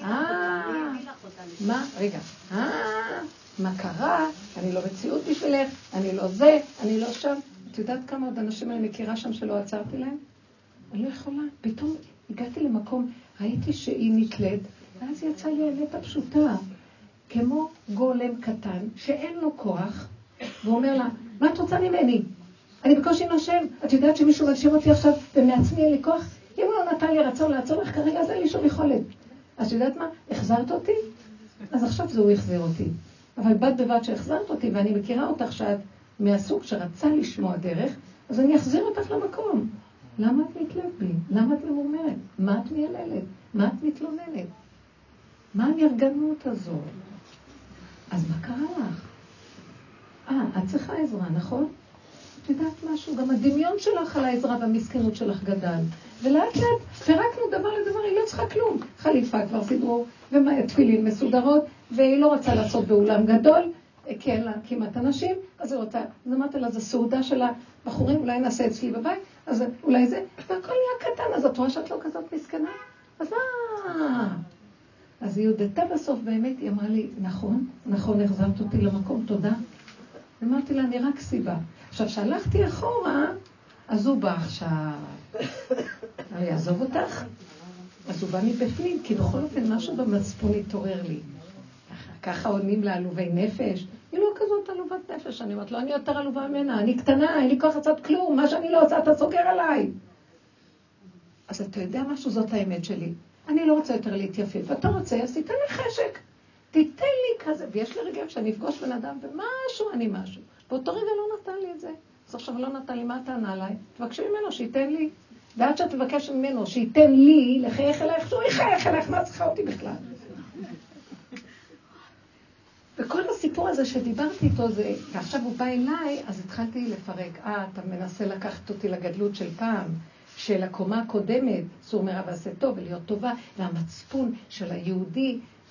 לך אותה? מה? רגע. מה קרה? אני לא מציאות בשבילך, אני לא זה, אני לא שם. את יודעת כמה עוד אנשים אני מכירה שם שלא עצרתי להם? אני לא יכולה. פתאום הגעתי למקום, ראיתי שהיא נתלד, ואז יצא לי האמת הפשוטה, כמו גולם קטן, שאין לו כוח, והוא אומר לה, מה את רוצה ממני? אני בקושי נושם. את יודעת שמישהו מלשיר אותי עכשיו ומעצמי אין לי כוח? אם הוא לא נתן לי רצון לעצור לך כרגע, אז אין לי שום יכולת. אז יודעת מה? החזרת אותי? אז עכשיו זה הוא החזיר אותי. אבל בד בבד שהחזרת אותי, ואני מכירה אותך שאת מהסוג שרצה לשמוע דרך, אז אני אחזיר אותך למקום. למה את מתלב בי? למה את ממורמרת? מה את מייללת? מה את מתלוננת? מה הנרגנות הזו? אז מה קרה לך? את צריכה עזרה, נכון? את יודעת משהו? גם הדמיון שלך על העזרה והמסכנות שלך גדל. ולאט לאט פרקנו דבר לדבר, היא לא צריכה כלום. חליפה כבר סידרו, ותפילין מסודרות, והיא לא רוצה לעשות באולם גדול, כי אין לה כמעט אנשים, אז היא רוצה, אז אמרתי לה, זו סעודה של הבחורים, אולי נעשה אצלי בבית, אז אולי זה, והכל נהיה קטן, אז את רואה שאת לא כזאת מסכנה? אז אז היא הודתה בסוף באמת, היא אמרה לי, נכון, החזרת אותי למקום, תודה. אמרתי לה, אני רק סיבה. עכשיו, שהלכתי אחורה, אז הוא בא עכשיו. אני אעזוב אותך? אז הוא בא מבפנים, כי בכל אופן משהו במצפון התעורר לי. ככה עונים לעלובי נפש. היא לא כזאת עלובת נפש, אני אומרת לו, אני יותר עלובה ממנה, אני קטנה, אין לי כוח לעשות כלום, מה שאני לא עושה, אתה סוגר עליי. אז אתה יודע משהו, זאת האמת שלי. אני לא רוצה יותר להתייפף, אתה רוצה, אז תיתן לי חשק. תיתן לי כזה, ויש לי רגעים שאני אפגוש בן אדם, ומשהו אני משהו. באותו רגע לא נתן לי את זה. אז עכשיו לא נתן לי, מה טענה עליי? תבקשי ממנו שייתן לי. ועד שאת תבקש ממנו שייתן לי, לחייך אלייך, שהוא יחייך אלייך, מה צריכה אותי בכלל? וכל הסיפור הזה שדיברתי איתו זה, ועכשיו הוא בא אליי, אז התחלתי לפרק. אתה מנסה לקחת אותי לגדלות של פעם, של הקומה הקודמת, סור מרע ועשה טוב ולהיות טובה, והמצפון של היהודי,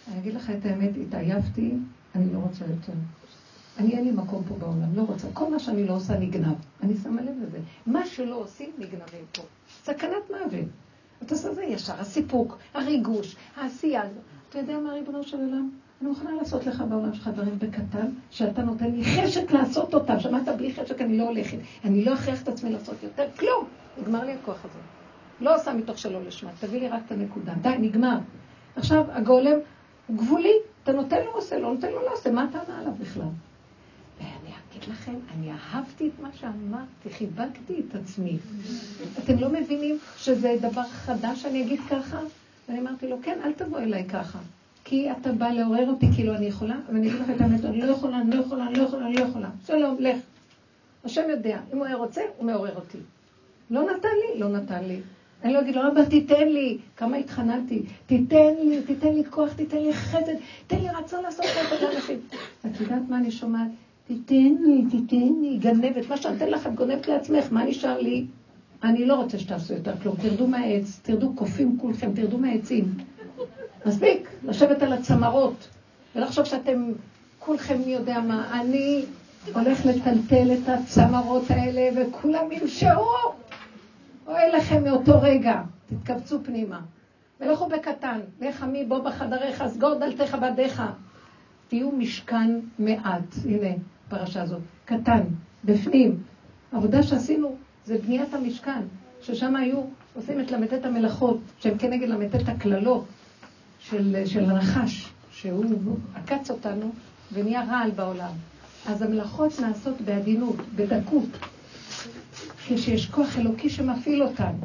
אני אגיד לך את האמת, התעייפתי, אני לא רוצה יותר. אני אין לי מקום פה בעולם, לא רוצה. כל מה שאני לא עושה נגנב. אני שמה לב לזה. מה שלא עושים נגנבים פה. סכנת מוות. אתה עושה זה ישר, הסיפוק, הריגוש, העשייה. אתה יודע מה ריבונו של עולם? אני מוכנה לעשות לך בעולם שלך דברים בקטן, שאתה נותן לי חשק לעשות אותם. שמעת בלי חשק, אני לא הולכת. אני לא אכריח את עצמי לעשות יותר כלום. נגמר לי הכוח הזה. לא עושה מתוך שלא לשמה. תביא לי רק את הנקודה. די, נגמר. עכשיו, הגולם הוא גבולי. אתה נותן לו עושה, לא נותן לו לא עושה. מה אתה ענה עליו בכלל? ואני אגיד לכם, אני אהבתי את מה שאמרתי, חיבקתי את עצמי. אתם לא מבינים שזה דבר חדש שאני אגיד ככה? ואני אמרתי לו, כן, אל תבוא אליי ככה. כי אתה בא לעורר אותי כאילו אני יכולה, ואני אגיד לך את האמת, אני לא יכולה, אני לא יכולה, אני לא יכולה, אני לא יכולה. שלום, לך. השם יודע, אם הוא היה רוצה, הוא מעורר אותי. לא נתן לי, לא נתן לי. אני לא אגיד לו, רבא, תיתן לי. כמה התחננתי, תיתן לי כוח, תיתן לי חסד, תיתן לי רצון לעשות חסד לאנשים. את יודעת מה אני שומעת? תיתן לי, גנבת. מה שאני אתן לך, את גונבת לעצמך, מה נשאר לי? אני לא רוצה שתעשו יותר כלום. תרדו מהעץ, תרדו קופים כולכם, תרדו מהעצים. מספיק, לשבת על הצמרות, ולחשוב שאתם כולכם מי יודע מה. אני הולך לטלטל את הצמרות האלה, וכולם ימשעו. אוי לכם מאותו רגע, תתכווצו פנימה. ולכו בקטן, לך מי בוא בחדריך, סגור דלתך בדיך. תהיו משכן מעט, הנה פרשה הזאת, קטן, בפנים. העבודה שעשינו זה בניית המשכן, ששם היו עושים את למתת המלאכות, שהם כנגד למתת הכללות של הנחש, שהוא עקץ אותנו ונהיה רעל בעולם. אז המלאכות נעשות בעדינות, בדקות, כשיש כוח אלוקי שמפעיל אותנו.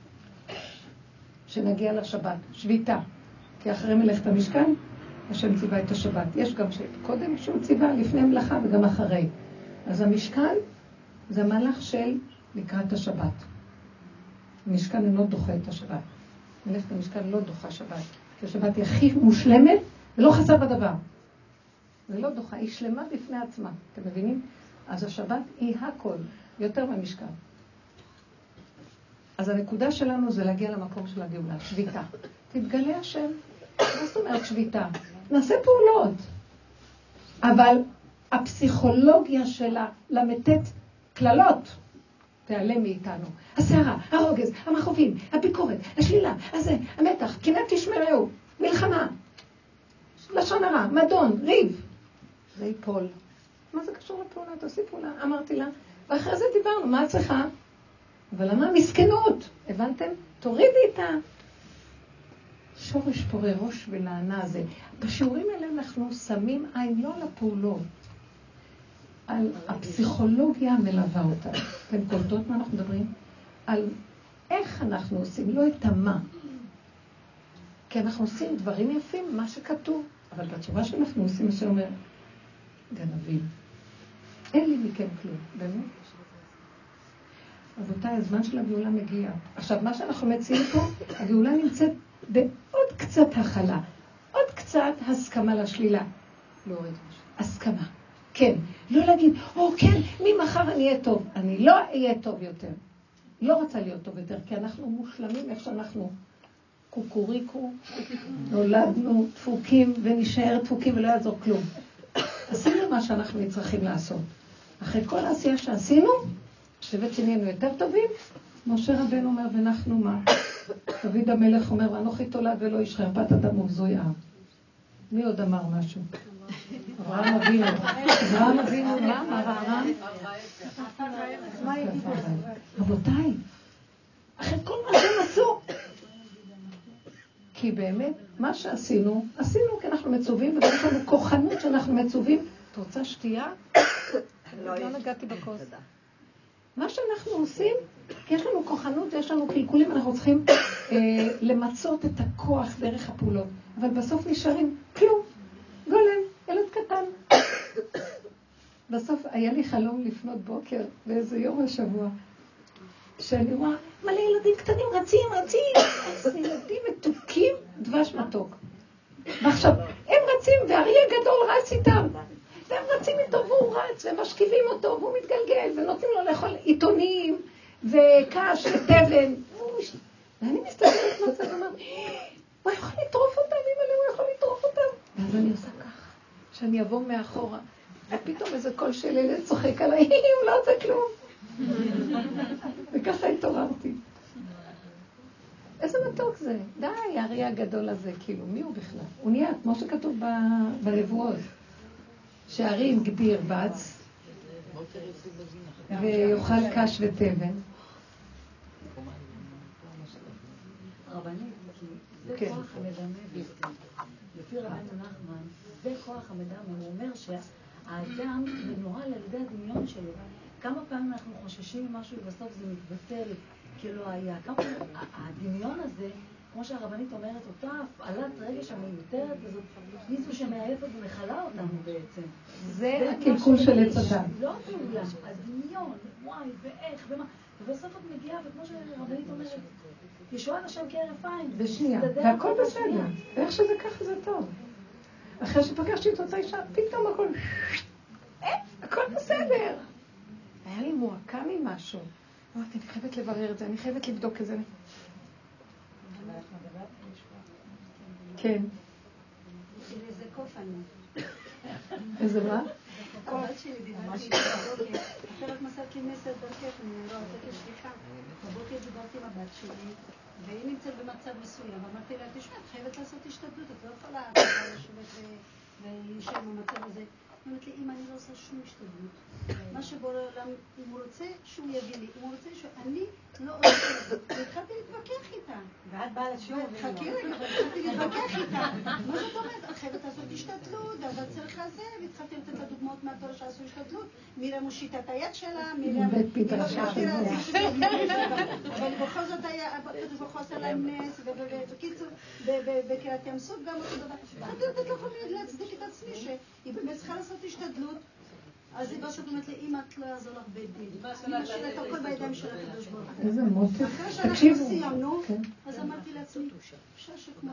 שנגיע לשבת, שביתה. כי אחרי מלאכת המשכן, השם ציווה את השבת. יש גם שקודם שהוא ציווה לפני מלאכה וגם אחרי. אז המשכן זה מהלך של לקראת השבת. המשכן אינו דוחה את השבת. מלאכת המשכן לא דוחה שבת. כי השבת היא הכי מושלמת ולא חסר בדבר. זה לא דוחה, היא שלמה בפני עצמה. אתם מבינים? אז השבת היא הכל, יותר מהמשכן. אז הנקודה שלנו זה להגיע למקום של הגאולה, שביתה. תתגלה השם. מה זאת אומרת שביתה? נעשה פעולות. אבל הפסיכולוגיה שלה למתת כללות תעלה מאיתנו. הסערה, הרוגז, המחובים, הביקורת, השלילה, הזה, המתח, קנאת תשמרהו, מלחמה, לשון הרע, מדון, ריב. זה ייפול. מה זה קשור לפעולה? תעשי פעולה. אמרתי לה, ואחרי זה דיברנו, מה את צריכה? אבל למה מסכנות? הבנתם? תורידי את השורש פורה ראש ולענה הזה. בשיעורים האלה אנחנו שמים עין לא על הפעולות, על הפסיכולוגיה המלווה אותה. אתם קולטות מה אנחנו מדברים? על איך אנחנו עושים, לא את המה. כי אנחנו עושים דברים יפים, מה שכתוב. אבל בצורה שאנחנו עושים, זה אומר, גנבים. אין לי מכם כלום, באמת. רבותיי, הזמן של הגאולה מגיע. עכשיו, מה שאנחנו מציעים פה, הגאולה נמצאת בעוד קצת הכלה, עוד קצת הסכמה לשלילה. לא רואה הסכמה. כן. לא להגיד, כן, ממחר אני אהיה טוב. אני לא אהיה טוב יותר. לא רוצה להיות טוב יותר, כי אנחנו מושלמים איך שאנחנו קוקוריקו, נולדנו דפוקים ונשאר דפוקים ולא יעזור כלום. עשינו מה שאנחנו צריכים לעשות. אחרי כל העשייה שעשינו, שבט שנהיינו יותר טובים, משה רבנו אומר, ואנחנו מה? דוד המלך אומר, ואנוכי תולד ולא איש חרפת אדם ובזוי עם. מי עוד אמר משהו? אברהם אבינו. אברהם אבינו, מה אמר אברהם? רבותיי, אחרי כל מה שהם עשו. כי באמת, מה שעשינו, עשינו כי אנחנו מצווים, וגם יש לנו כוחנות שאנחנו מצווים. את רוצה שתייה? לא נגעתי בכוס. מה שאנחנו עושים, כי יש לנו כוחנות ויש לנו קלקולים, אנחנו צריכים למצות את הכוח דרך הפעולות. אבל בסוף נשארים כלום. גולם, ילד קטן. בסוף היה לי חלום לפנות בוקר, באיזה יום השבוע, שאני רואה מלא ילדים קטנים רצים. אז ילדים מתוקים, דבש מתוק. ועכשיו, הם רצים והאריה גדול רץ איתם. והם רצים איתו והוא רץ, ומשכיבים אותו והוא מתגלגל, ונותנים לו לאכול עיתונים, וקש וטבן. ואני מסתכלת מצב ואומר, הוא יכול לטרוף אותם, הוא יכול לטרוף אותם. ואני עושה ככה, שאני אבוא מאחורה, ופתאום איזה קול של ילד צוחק עליי, הוא לא עושה כלום. וככה התעוררתי. איזה מתוק זה. די, האריה הגדול הזה, כאילו, מי הוא בכלל? הוא נהיה, כמו שכתוב בנבואות, שהארי גביר בץ, ויאכל קש ותבן. רבנית, זה כוח המדמה בעצם. לפי רבן נחמן, זה כוח המדמה. הוא אומר שהאדם מנוהל על ידי הדמיון שלו. כמה פעמים אנחנו חוששים ממשהו ובסוף זה מתבטל כלא היה. הדמיון הזה, כמו שהרבנית אומרת, אותה הפעלת רגש המיותרת הזאת, היא זו שמעייפת ומכלה אותנו בעצם. זה הקלקול של עץ אדם. לא הפעולה, הדמיון, וואי, ואיך, ומה. ובסוף את מגיעה, וכמו שהרבנית אומרת, ישועת השם כהרף עין. בשנייה, והכל בסדר. ואיך שזה ככה זה טוב. אחרי שפגשתי את אותה אישה, פתאום הכל בסדר. היה לי מועקה ממשהו. אמרתי, אני חייבת לברר את זה, אני חייבת לבדוק את זה. כן. איזה קוף אני. איזה מה? הבת שלי דיברתי בבוקר, אחרת מסרת לי מסר דרכך, אני לא לתת לשליחה. בבוקר דיברתי עם הבת שלי, והיא נמצאת במצב מסוים. אמרתי לה, תשמע, את חייבת לעשות השתדלות, את לא יכולה לשבת ולהישאר במצב הזה. היא אומרת לי, אם אני לא עושה שום השתדלות, מה שבורא עולם, אם הוא רוצה, שהוא יביא לי, אם הוא רוצה, אני לא עושה. והתחלתי להתווכח איתה. ואת באה לשיעור חכי רגע, והתחלתי להתווכח איתה. מה זאת אומרת? את חייבת לעשות השתדלות, אז את צריכה זה, והתחלתי לתת לה דוגמאות מהתורה שעשו השתדלות. מרים הושיטה את היד שלה, מרים... אבל בכל זאת היה, בכל עשה להם נס, ובקיצור, בקריאת ים סוף גם אותו דבר. התחלתי לתת לה כל מיני להצדיק את עצמי, שהיא באמת צריכה לעשות השתדלות. אז היא בסוף אומרת לי, אמא, את לא יעזור לך בית דין. אמא שלה את הכל בידיים של הקדוש ברוך הוא. איזה מותק. אחרי שאנחנו סיימנו, אז אמרתי לעצמי, אפשר שכמו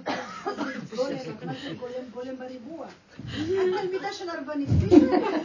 גולם בריבוע. התלמידה של הרבנית פישר.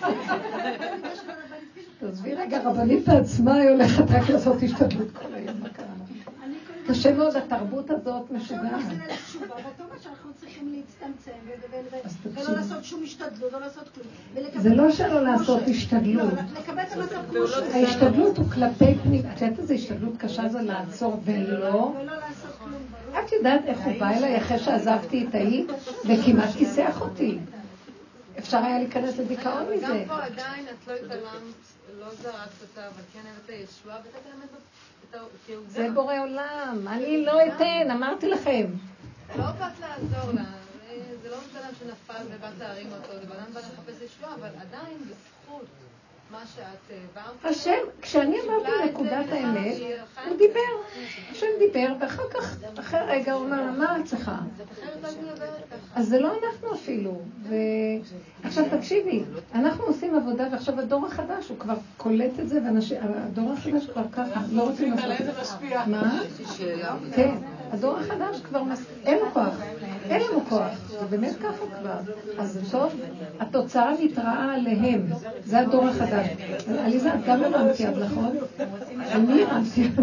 תעזבי רגע, רבנית בעצמה היא הולכת רק לעשות השתדלות כל היום. מה קרה? קשה מאוד, התרבות הזאת משוגעת. ואתה אומר שאנחנו צריכים להצטמצם ולא לעשות שום השתדלות, לא לעשות כלום. זה לא שלא לעשות השתדלות. לקבל את המצב כמו שזה. ההשתדלות הוא כלפי פנים. את יודעת איזה השתדלות קשה זה לעצור ולא. לעשות כלום, ברור. את יודעת איך הוא בא אליי אחרי שעזבתי את ההיא וכמעט כיסח אותי. אפשר היה להיכנס לדיכאון מזה. גם פה עדיין את לא התעלמת, לא זרקת אותה, אבל כן הבאת ישועה ואתה תלמד אותה. זה בורא עולם, אני לא אתן, אמרתי לכם. לא באת לעזור לה, זה לא מצלם שנפל ובאת להרים אותו, זה בנם בא לחפש ישועה, אבל עדיין בזכות מה שאת העברת. השם, כשאני אמרתי נקודת האמת, הוא דיבר. השם דיבר, ואחר כך, אחרי רגע הוא אומר, מה את צריכה? אז זה לא אנחנו אפילו. עכשיו תקשיבי, אנחנו עושים עבודה, ועכשיו הדור החדש, הוא כבר קולט את זה, והדור החדש כבר ככה, לא רוצים לעשות את זה. מה? כן, הדור החדש כבר, אין לו כוח, אין לנו כוח, זה באמת ככה כבר. אז זה טוב, התוצאה נתראה עליהם, זה הדור החדש. עליזה, את גם הרמתי יד, נכון? אני הרמתי יד.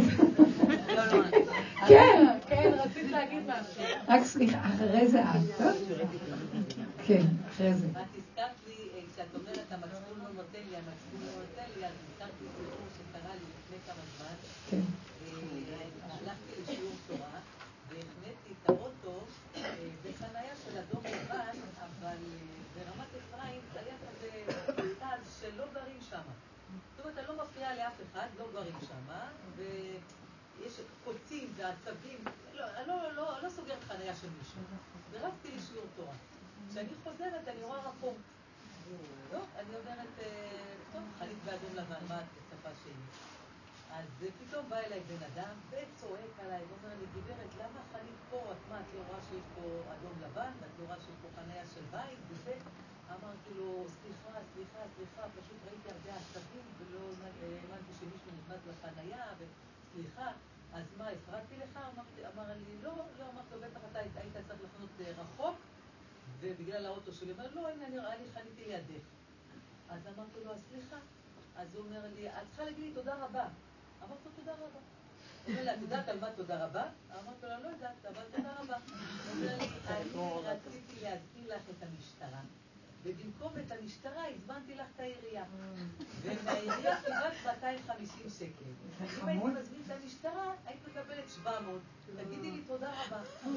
כן. כן, רצית להגיד משהו. רק סליחה, אחרי זה את. כן, אחרי זה. את הזכרת לי, כשאת אומרת, המצפון לא נותן לי, המצפון לא נותן לי, אז הזכרת לי סיפור שקרה לי לפני כמה זמן. כן. הלכתי לשיעור תורה, והחניתי את האוטו בחניה של אדום לבן, אבל ברמת אפרים היה כזה טל שלא גרים שם. זאת אומרת, אני לא מפריעה לאף אחד, לא גרים שם, ויש קוצים ועצבים, אני לא סוגרת חניה של מישהו. ורצתי לשיעור תורה. כשאני חוזרת, אני רואה רחום. לא, אני אומרת, טוב, חנית באדום לבן, מה את מצפה שלי? אז פתאום בא אליי בן אדם וצועק עליי, ואומר לי, גברת, למה חנית פה? את לא רואה שיש פה אדום לבן, ואת לא רואה שיש פה חניה של בית, וזה? אמרתי לו, סליחה, פשוט ראיתי הרבה עצבים, ולא האמנתי שמישהו נכנס לחניה, וסליחה, אז מה, הפרעתי לך? אמר לי, לא, אמרתי לו, בטח אתה היית צריך לחנות רחוק, ובגלל האוטו שלי, אומר, לא, הנה, נראה לי חניתי לידך. אז אמרתי לו, סליחה. אז הוא אומר לי, את צריכה להגיד לי תודה רבה. אמרתי לו, תודה רבה. אומר לה, את יודעת על מה תודה רבה? אמרתי לו, לא יודעת, אבל תודה רבה. הוא אומר לי, אני רציתי להזכיר לך את המשטרה. ובמקום את המשטרה הזמנתי לך את העירייה. ומהעירייה קיבלת 250 שקל. אם הייתי מזמין את המשטרה, היית מקבלת 700. תגידי לי תודה רבה.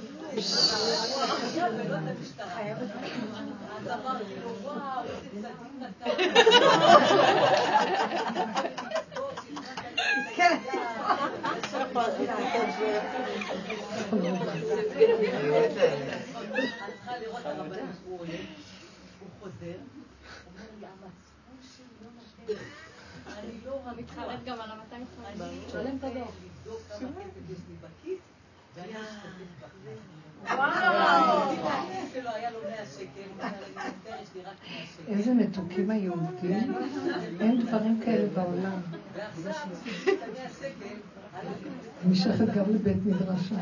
ולא את המשטרה. אז אמרתי לו, וואו, איזה צדיק צריכה לראות הרבנים, הוא עולה, הוא חוזר, אומר לי, המצפון שלי לא נותן, אני לא מתחרט גם על ה-250, אני שולם את הדוח. לבדוק כמה כסף יש לי בכיס, ואני משתתף בכלל. וואו! שלא היה לו 100 שקל, יש לי רק 100 שקל. איזה מתוקים היהודים, אין דברים כאלה בעולם. ועכשיו, את 100 שקל, נמשכת גם לבית מדרשה.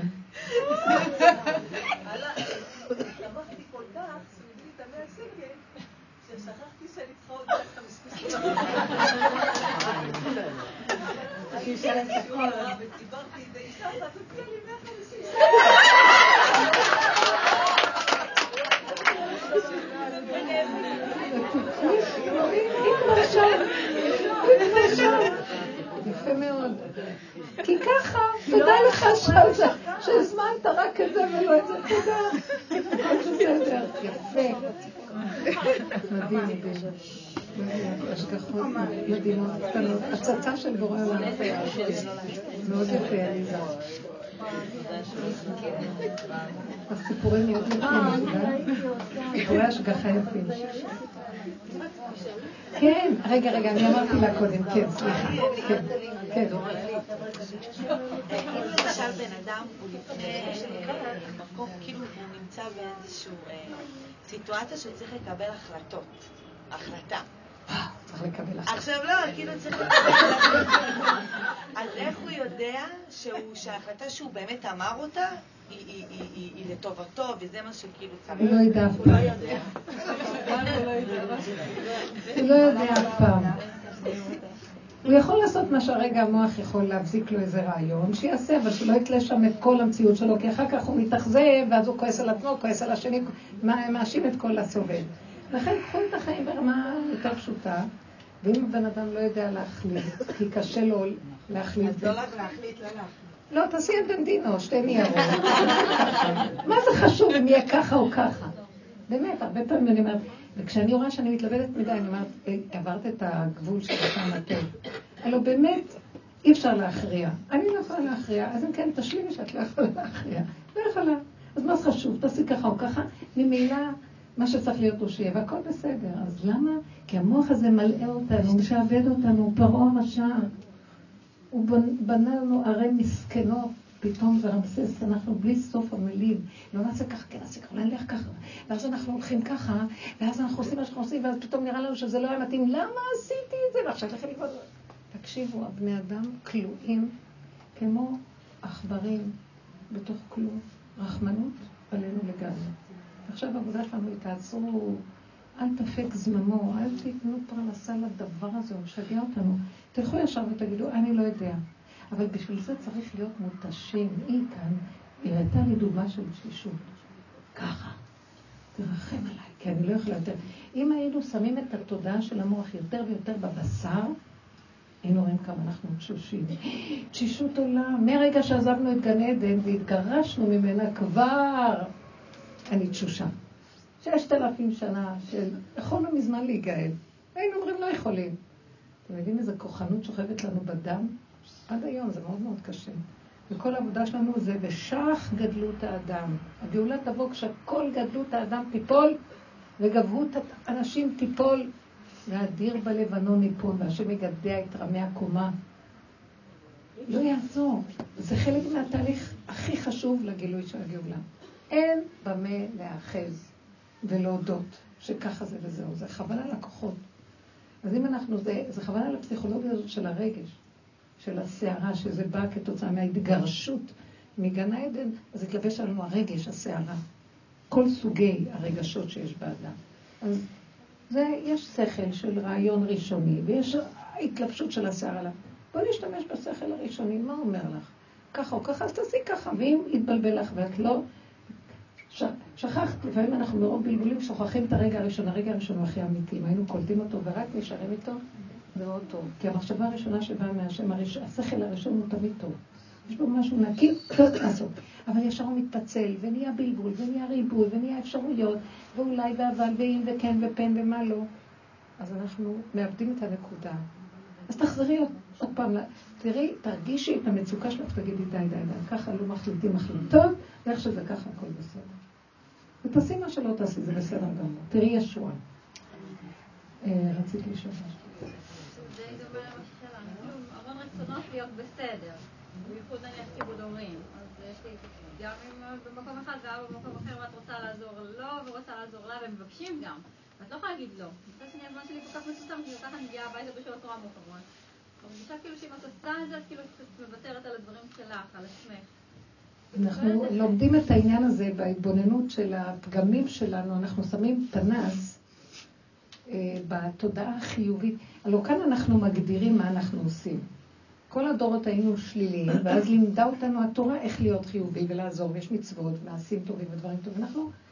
שמחתי כל כך שהוא הביא את 100 שקל, ששכחתי שאני צריכה עוד 150 שקל. הייתי שיעור הרב וסיברתי את זה, אישה אחת הוציאה לי 150 שקל. יפה מאוד. כי ככה, תודה לך שהזמנת רק את זה ולא את זה, תודה. הכל בסדר, יפה. מדהים, מדהים. השגחות מדהימות קטנות. הצצה של בורא עולם. מאוד יפה, עליזה. הסיפורים מאוד יפים, סיפורי השגחה יפים. כן, רגע, אני אמרתי לה קודם, כן, סליחה. כן. אם למשל בן אדם הוא לפני מקום, כאילו הוא נמצא באיזושהי סיטואציה שצריך לקבל החלטה. צריך לקבל החלטה. עכשיו לא, כאילו צריך לקבל החלטה. אז איך הוא יודע שההחלטה שהוא באמת אמר אותה היא לטובתו, וזה מה שכאילו צריך? הוא לא ידע אף פעם. הוא לא יודע אף פעם. הוא יכול לעשות מה שהרגע המוח יכול להבזיק לו איזה רעיון, שיעשה, אבל שלא יתלה שם את כל המציאות שלו, כי אחר כך הוא מתאכזב, ואז הוא כועס על עצמו, כועס על השני, מאשים את כל הסובב. לכן קחו את החיים ברמה יותר פשוטה, ואם הבן אדם לא יודע להחליט, כי קשה לו להחליט. אז לא רק להחליט, לא להחליט. לא, תעשי את דנדינו, שתי ניירות. מה זה חשוב אם יהיה ככה או ככה? באמת, הרבה פעמים אני אומרת, וכשאני רואה שאני מתלבטת מדי, אני אומרת, עברת את הגבול של המטה. אלא באמת, אי אפשר להכריע. אני לא יכולה להכריע, אז אם כן, תשלימי שאת לא יכולה להכריע. לא יכולה. אז מה זה חשוב? תעשי ככה או ככה, ממילא מה שצריך להיות הוא שיהיה, והכל בסדר. אז למה? כי המוח הזה מלאה אותנו, הוא משעבד אותנו, פרעה רשע. הוא בנה לנו ערי מסכנות, פתאום ורמסס, אנחנו בלי סוף המילים. לא נעשה ככה, כן נעשה ככה, לא נלך ככה. ואז אנחנו הולכים ככה, ואז אנחנו עושים מה שאנחנו עושים, ואז פתאום נראה לנו שזה לא היה מתאים. למה עשיתי את זה? ועכשיו לכם לבד. תקשיבו, הבני אדם כלואים כמו עכברים בתוך כלום. רחמנות עלינו לגמרי. עכשיו העבודה שלנו היא תעצרו, אל תפק זממו, אל תיתנו פרנסה לדבר הזה, הוא משגע אותנו. תלכו ישר ותגידו, אני לא יודע. אבל בשביל זה צריך להיות מותשים. היא כאן, היא ראתה לי דוגמה של תשישות. ככה. תרחם עליי, כי אני לא יכולה יותר. אם היינו שמים את התודעה של המוח יותר ויותר בבשר, היינו רואים כמה אנחנו תשושים. תשישות עולם. מרגע שעזבנו את גן עדן והתגרשנו ממנה כבר, אני תשושה. 6,000 שנה של יכולנו מזמן להיגאל. היינו אומרים לא יכולים. אתם יודעים איזו כוחנות שוכבת לנו בדם? עד היום זה מאוד מאוד קשה. וכל העבודה שלנו זה בשח גדלות האדם. הגאולה תבוא כשכל גדלות האדם תיפול, וגבהות האנשים תיפול, והאדיר בלבנון ייפול, והשם יגדע את רמי הקומה. לא יעזור. זה חלק מהתהליך הכי חשוב לגילוי של הגאולה. אין במה להאחז ולהודות שככה זה וזהו. זה חבל על הכוחות. אז אם אנחנו, זה חבל על הפסיכולוגיה הזאת של הרגש, של השערה, שזה בא כתוצאה מההתגרשות מגן העדן, אז התלבש עלינו הרגש, השערה. כל סוגי הרגשות שיש באדם. אז יש שכל של רעיון ראשוני, ויש התלבשות של השערה עליו. בוא נשתמש בשכל הראשוני, מה אומר לך? ככה או ככה, אז תעשי ככה, ואם יתבלבל לך ואת לא... שכחת, לפעמים אנחנו מרוב בלבולים שוכחים את הרגע הראשון הוא הכי אמיתי, היינו קולטים אותו ורק נשארים איתו, זה מאוד טוב. כי המחשבה הראשונה שבאה מהשם, השכל הראשון הוא תמיד טוב. יש בו משהו נקי, טוב לעשות. אבל ישר הוא מתפצל, ונהיה בלבול, ונהיה ריבוי, ונהיה אפשרויות, ואולי ואבל, ואם וכן ופן ומה לא. אז אנחנו מאבדים את הנקודה. אז תחזרי עוד פעם, תראי, תרגישי את המצוקה שלך, תגידי די, ככה לא מחליטים טוב, ואיך שזה ככה הכל בסדר. ותעשי מה שלא תעשי, זה בסדר גמור. תראי ישוע. רציתי לשאול משהו. זה דומה למה שלנו, המון רצונות להיות בסדר, בייחוד נניח כיבוד הורים. אז יש לי גם אם במקום אחד ואבא במקום אחר ואת רוצה לעזור לו ורוצה לעזור לה, והם מבקשים גם. את לא יכולה להגיד לא. אני חושבת שהזמן שלי כל כך מצומצם, כי ככה אני מגיעה הביתה בשעות תורה מאוחרות. אבל אני חושבת כאילו שאם את עושה את זה, את כאילו מוותרת על הדברים שלך, על עצמך. אנחנו לומדים את העניין הזה בהתבוננות של הפגמים שלנו, אנחנו שמים פנס בתודעה החיובית. הלוא כאן אנחנו מגדירים מה אנחנו עושים. כל הדורות היינו שליליים, ואז לימדה אותנו התורה איך להיות חיובי ולעזור, ויש מצוות, מעשים טובים ודברים טובים.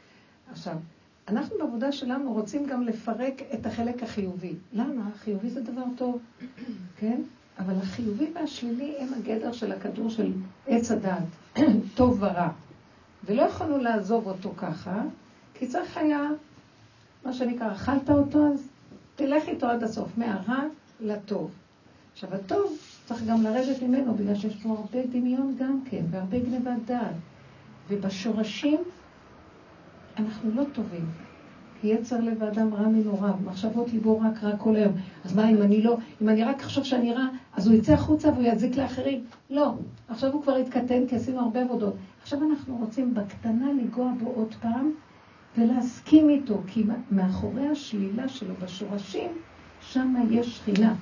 אנחנו בעבודה שלנו רוצים גם לפרק את החלק החיובי. למה? החיובי זה דבר טוב, כן? אבל החיובי והשלילי הם הגדר של הכדור של עץ הדעת, טוב ורע. ולא יכולנו לעזוב אותו ככה, כי צריך היה, מה שנקרא, אכלת אותו, אז תלך איתו עד הסוף, מהרע לטוב. עכשיו, הטוב צריך גם לרדת ממנו, בגלל שיש פה הרבה דמיון גם כן, והרבה גנבת דעת. ובשורשים אנחנו לא טובים. כי יצר לב האדם רע מנוריו, מחשבות ליבו רע כל היום. אז מה אם אני רק חושב שאני רע, אז הוא יצא החוצה והוא יזיק לאחרים? לא. עכשיו הוא כבר התקטן, כי עשינו הרבה עבודות. עכשיו אנחנו רוצים בקטנה לגוע בו עוד פעם, ולהסכים איתו, כי מאחורי השלילה שלו בשורשים, שם יש שכינה.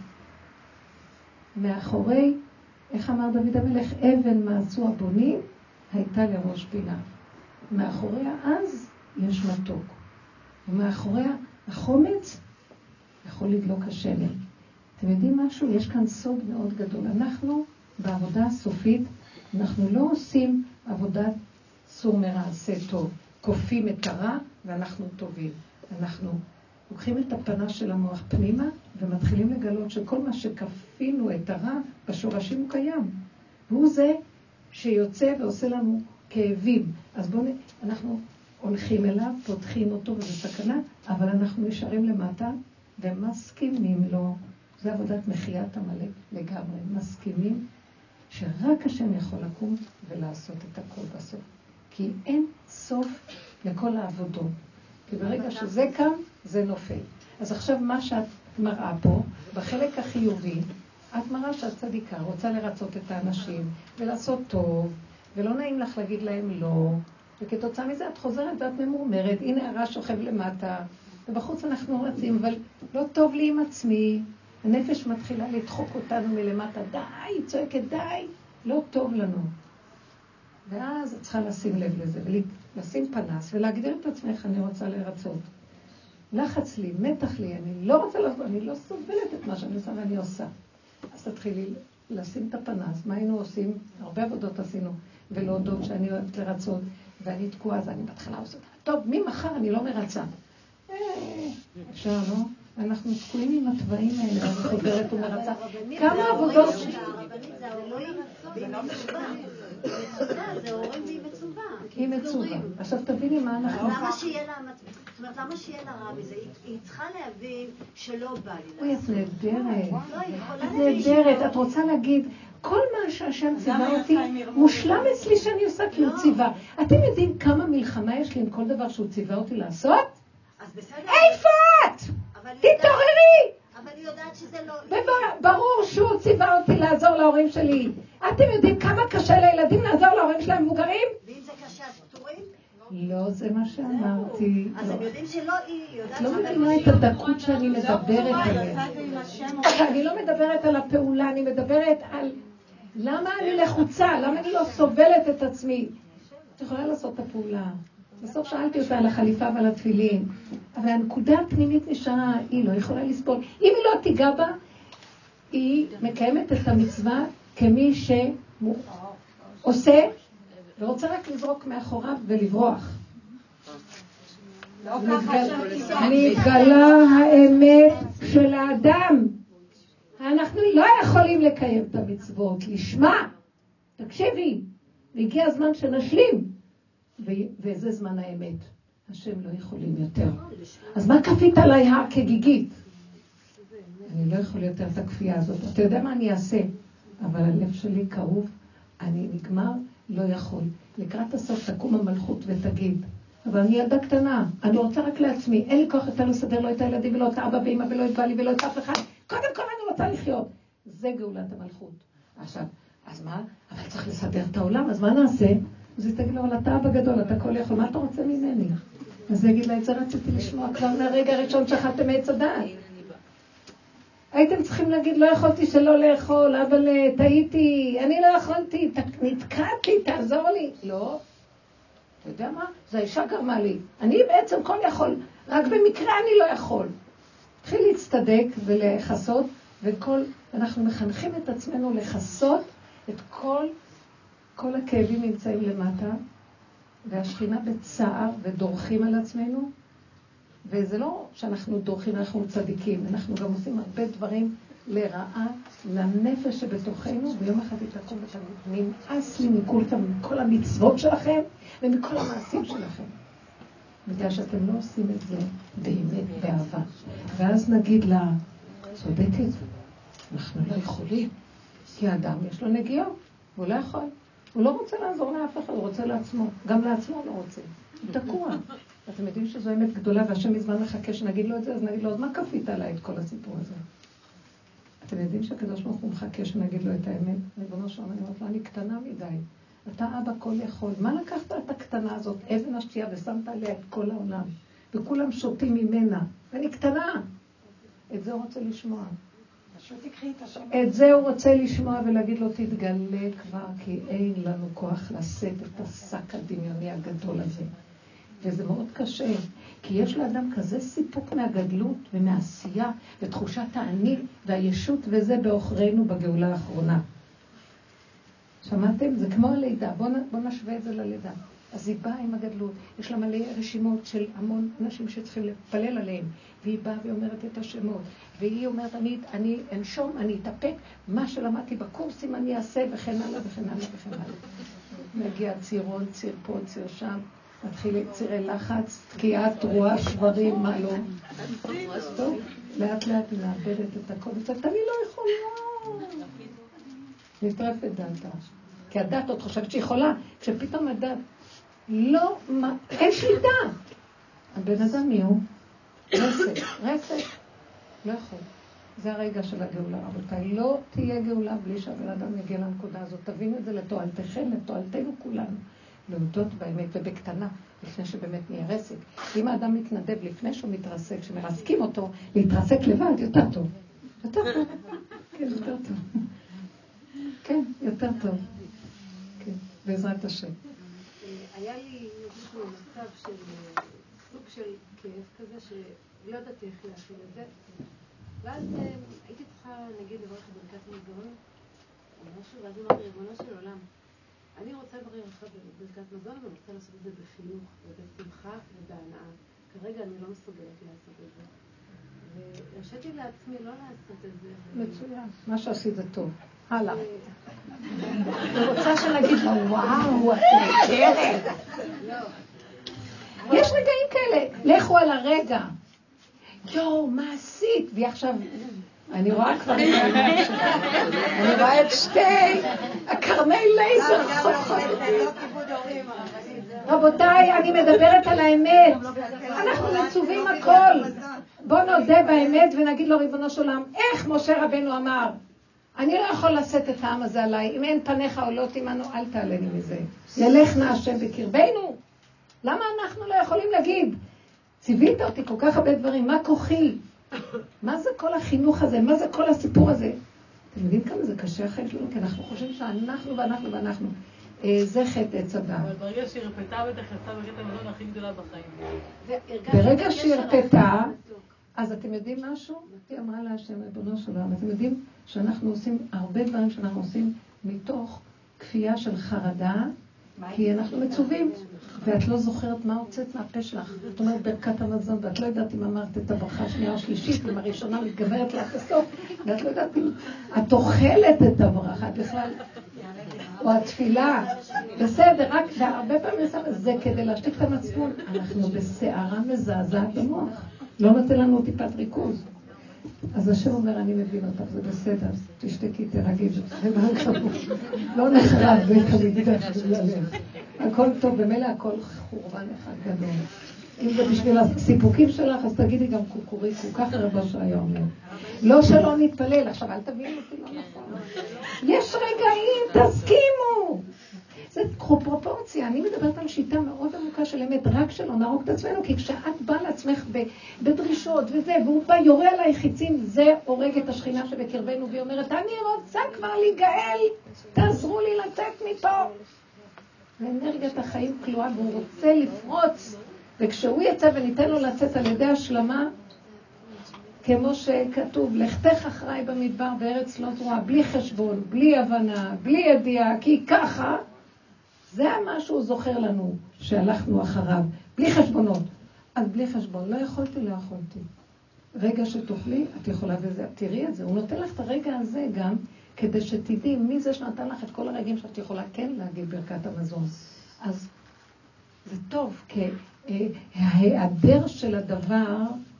מאחורי, איך אמר דוד המלך, אבן מעשו הבונים, הייתה לראש פינה. מאחוריה אז יש מתוק. ומאחוריה החומץ יכול לדלוק השמן. אתם יודעים משהו? יש כאן סוד מאוד גדול. אנחנו בעבודה הסופית, אנחנו לא עושים עבודת סור מרע, עשה טוב. קופים את הרע ואנחנו טובים. אנחנו לוקחים את הפנה של המוח פנימה ומתחילים לגלות שכל מה שכפינו את הרע בשורשים הוא קיים. והוא זה שיוצא ועושה לנו כאבים. אז אנחנו הולכים אליו, פותחים אותו וזה סכנה, אבל אנחנו נשארים למטה ומסכימים לו. זה עבודת מחיית המלאק לגמרי. מסכימים שרק השם יכול לקום ולעשות את הכל בסוף. כי אין סוף לכל העבודות. כי ברגע שזה קם, זה נופל. אז עכשיו מה שאת מראה פה, בחלק החיובי, את מראה שאת צדיקה, רוצה לרצות את האנשים ולעשות טוב, ולא נעים לך להגיד להם לא, וכתוצאה מזה את חוזרת ואת ממורמרת, הנה הרע שוכב למטה, ובחוץ אנחנו רצים, אבל לא טוב לי עם עצמי, הנפש מתחילה לדחוק אותנו מלמטה, די, צועקת די, לא טוב לנו. ואז את צריכה לשים לב לזה, ולשים פנס, ולהגדיר את עצמך, אני רוצה לרצות. לחץ לי, מתח לי, אני לא רוצה לעשות, אני לא סובלת את מה שאני עושה ואני עושה. אז תתחילי לשים את הפנס, מה היינו עושים? הרבה עבודות עשינו, ולהודות שאני אוהבת לרצות, ואני תקועה, אז אני בהתחלה עושה. טוב, ממחר אני לא מרצה. אפשר, לא? אנחנו תקועים עם הטבעים האלה, אני חוזרת ומרצה. כמה עבודות... זה לא מצובה. זה הורים והיא מצובה. היא מצובה. עכשיו תביני מה אנחנו... למה שיהיה לה רע בזה? היא צריכה להבין שלא בא לי. אוי, את נהדרת. את נהדרת. את רוצה להגיד, כל מה שהשם ציווה אותי, מושלם אצלי שאני עושה כי הוא ציווה. אתם יודעים כמה מלחמה יש לי עם כל דבר שהוא ציווה אותי לעשות? איפה את? תתעוררי! אבל היא יודעת שזה לא... ברור שהוא ציווה אותי לעזור להורים שלי. אתם יודעים כמה קשה לילדים לעזור להורים שלהם מבוגרים? ואם זה קשה, אז פתורים? לא, זה מה שאמרתי. אז הם יודעים שלא היא יודעת... את לא מבינה את הדקות שאני מדברת עליה. אני לא מדברת על הפעולה, אני מדברת על למה אני לחוצה, למה אני לא סובלת את עצמי. את יכולה לעשות את הפעולה. בסוף שאלתי אותה על החליפה ועל התפילין, אבל הנקודה הפנימית נשארה, היא לא יכולה לסבול. אם היא לא תיגע בה, היא מקיימת את המצווה כמי עושה, ורוצה רק לזרוק מאחוריו ולברוח. מתגלה האמת של האדם. אנחנו לא יכולים לקיים את המצוות, לשמה. תקשיבי, והגיע הזמן שנשלים. וזה זמן האמת. השם לא יכולים יותר. אז מה כפית עליי הר כגיגית? אני לא יכול יותר את הכפייה הזאת. אתה יודע מה אני אעשה? אבל הלב שלי קרוב, אני נגמר, לא יכול. לקראת הסוף תקום המלכות ותגיד, אבל אני ילדה קטנה, אני רוצה רק לעצמי, אין לי כוח יותר לסדר לא את הילדים ולא את האבא ואמא ולא את בעלי ולא את אף אחד. קודם כל אני רוצה לחיות. זה גאולת המלכות. עכשיו, אז מה? אבל צריך לסדר את העולם, אז מה נעשה? אז היא תגיד לו, אבל אתה אבא גדול, אתה כל יכול, מה אתה רוצה ממני? אז היא יגיד לה, את זה רציתי לשמוע כבר מהרגע הראשון שאכלתם מעץ הדעת. הייתם צריכים להגיד, לא יכולתי שלא לאכול, אבל טעיתי, אני לא יכולתי, נתקעתי, תעזור לי. לא. אתה יודע מה? זה האישה גרמה לי. אני בעצם כל יכול, רק במקרה אני לא יכול. התחיל להצטדק ולחסות, אנחנו מחנכים את עצמנו לחסות את כל הכאבים נמצאים למטה, והשכינה בצער ודורכים על עצמנו, וזה לא שאנחנו דורכים, אנחנו צדיקים, אנחנו גם עושים הרבה דברים לרעה, לנפש שבתוכנו, ויום אחד היא תקום ותגיד, נמאס לי מכל המצוות שלכם ומכל המעשים שלכם. בגלל שאתם לא עושים את זה באמת באהבה. ואז נגיד לה, צודקת, אנחנו לא יכולים, כי האדם יש לו נגיעות, והוא לא יכול. הוא לא רוצה לעזור לאף אחד, הוא רוצה לעצמו. גם לעצמו לא רוצה. הוא תקוע. אתם יודעים שזו אמת גדולה, והשם מזמן מחכה שנגיד לו את זה, אז נגיד לו, עוד מה כפית עליי את כל הסיפור הזה? אתם יודעים שהקדוש ברוך הוא מחכה שנגיד לו את האמת? ריבונו של עולם, אני אומרת לו, אני קטנה מדי. אתה אבא כל יכול. מה לקחת את הקטנה הזאת, אבן השתייה, ושמת עליה את כל העולם? וכולם שותים ממנה. ואני קטנה. את זה הוא רוצה לשמוע. את זה הוא רוצה לשמוע ולהגיד לו, תתגלה כבר, כי אין לנו כוח לשאת את השק הדמיוני הגדול הזה. וזה מאוד קשה, כי יש לאדם כזה סיפוק מהגדלות ומהעשייה ותחושת העני והישות, וזה באוכרינו בגאולה האחרונה. שמעתם? זה כמו הלידה. בוא נשווה את זה ללידה. אז היא באה עם הגדלות, יש לה מלא רשימות של המון אנשים שצריכים לפלל עליהם, והיא באה ואומרת את השמות, והיא אומרת, אני אנשום, אני אתאפק, מה שלמדתי בקורסים אני אעשה, וכן הלאה וכן הלאה וכן הלאה. מגיע צירון, ציר פה, ציר שם, מתחיל צירי לחץ, תקיעה, תרועה, שברים, מה לא. טוב, לאט לאט היא מאבדת את הכל, וצריך, אני לא יכולה. נטרפת דעתה. כי הדעת עוד חושבת שהיא יכולה, כשפתאום הדעת לא, אין שליטה. הבן אדם מי הוא? רסק. לא יכול. זה הרגע של הגאולה. רבותיי, לא תהיה גאולה בלי שהבן אדם יגיע לנקודה הזאת. תבינו את זה לתועלתכם, לתועלתנו כולנו. להודות באמת ובקטנה, לפני שבאמת נהיה רסק. אם האדם מתנדב לפני שהוא מתרסק, כשמרסקים אותו, להתרסק לבד יותר טוב. יותר טוב. כן, יותר טוב. כן, יותר טוב. כן, בעזרת השם. היה לי איזשהו מצב של סוג של כאב כזה, שלא ידעתי איך להכיל את זה. ואז הייתי צריכה, נגיד, לברך את ברכת מזון, או משהו, ואז אמרתי, ריבונו של עולם, אני רוצה לברך לך בברכת מזון, אבל אני רוצה לעשות את זה בחינוך, ובשמחה ובהנאה. כרגע אני לא מסוגלת לעשות את זה. והרשיתי לעצמי לא לעשות את זה. מצוין. מה שעשית זה טוב. הלאה. אני רוצה שנגיד לו, וואו, את נהדרת. יש רגעים כאלה, לכו על הרגע. יו, מה עשית? והיא עכשיו, אני רואה כבר, אני רואה את שתי הקרני לייזר חוכות. רבותיי, אני מדברת על האמת. אנחנו מצווים הכל. בוא נודה באמת ונגיד לו, ריבונו של עולם, איך משה רבנו אמר? אני לא יכול לשאת את העם הזה עליי. אם אין פניך עולות עמנו, אל תעלני מזה. ילך נא השם בקרבנו. למה אנחנו לא יכולים להגיד? ציווית אותי כל כך הרבה דברים, מה כוחי? מה זה כל החינוך הזה? מה זה כל הסיפור הזה? אתם יודעים כמה זה קשה החיים שלנו? כי אנחנו חושבים שאנחנו ואנחנו ואנחנו. זה חטא עץ הדת. אבל ברגע שהיא הרפתה בטח יצאה ברכת המזון הכי גדולה בחיים. ברגע שהיא הרפתה, אז אתם יודעים משהו? היא אמרה לה השם, ריבונו של עולם, אתם יודעים שאנחנו עושים הרבה דברים שאנחנו עושים מתוך כפייה של חרדה, כי אנחנו מצווים, ואת לא זוכרת מה הוצאת מהפה שלך. זאת אומרת, ברכת המזון, ואת לא יודעת אם אמרת את הברכה השנייה או השלישית, אם הראשונה מתגברת לך בסוף, ואת לא יודעת אם את אוכלת את הברכה בכלל, או התפילה. בסדר, רק הרבה פעמים זה כדי להשתיק את המצפון. אנחנו בסערה מזעזעת במוח. לא נותן לנו טיפת ריכוז. אז השם אומר, אני מבין אותך, זה בסדר, תשתקי, תרגי, לא נחרב בית המקדש בגללך. הכל טוב, במילא הכל חורבן אחד גדול. אם זה בשביל הסיפוקים שלך, אז תגידי גם קוקוריקו, ככה רבא שהיה אומר. לא שלא נתפלל, עכשיו אל תביאו אותי, לא נכון. יש רגעים, תסכימו. זה פרופורציה, אני מדברת על שיטה מאוד עמוקה של אמת, רק שלא נהרוג את עצמנו, כי כשאת באה לעצמך בדרישות וזה, והוא בא יורה עליי חיצים, זה הורג את השכינה שבקרבנו, והיא אומרת, אני רוצה כבר להיגאל, תעזרו לי לצאת מפה. ואנרגיית החיים כלואה, והוא רוצה לפרוץ, וכשהוא יצא וניתן לו לצאת על ידי השלמה, כמו שכתוב, לכתך אחריי במדבר בארץ לא זרועה, בלי חשבון, בלי הבנה, בלי ידיעה, כי ככה, זה מה שהוא זוכר לנו, שהלכנו אחריו, בלי חשבונות. אז בלי חשבון, לא יכולתי. רגע שתוכלי, את יכולה וזה, תראי את זה. הוא נותן לך את הרגע הזה גם, כדי שתדעי מי זה שנתן לך את כל הרגעים שאת יכולה כן להגיד ברכת המזון. אז זה טוב, כי ההיעדר של הדבר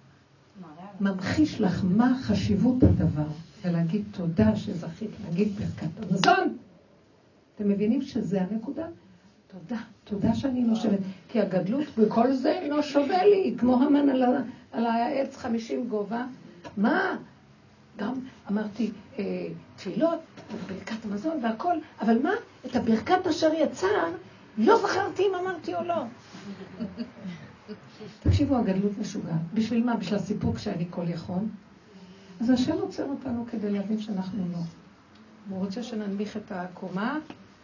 ממחיש לך מה חשיבות הדבר, ולהגיד תודה שזכית להגיד ברכת המזון. אתם מבינים שזה הנקודה? תודה שאני נושבת. כי הגדלות בכל זה לא שווה לי, כמו המן על העץ 50 גובה. מה? גם אמרתי תפילות, ברכת המזון והכל, אבל מה? את הברכת אשר יצא, לא זכרתי אם אמרתי או לא. תקשיבו, הגדלות משוגעת. בשביל מה? בשביל הסיפוק שאני כל יכול. אז השם עוצר אותנו כדי להבין שאנחנו לא. הוא רוצה שננמיך את הקומה,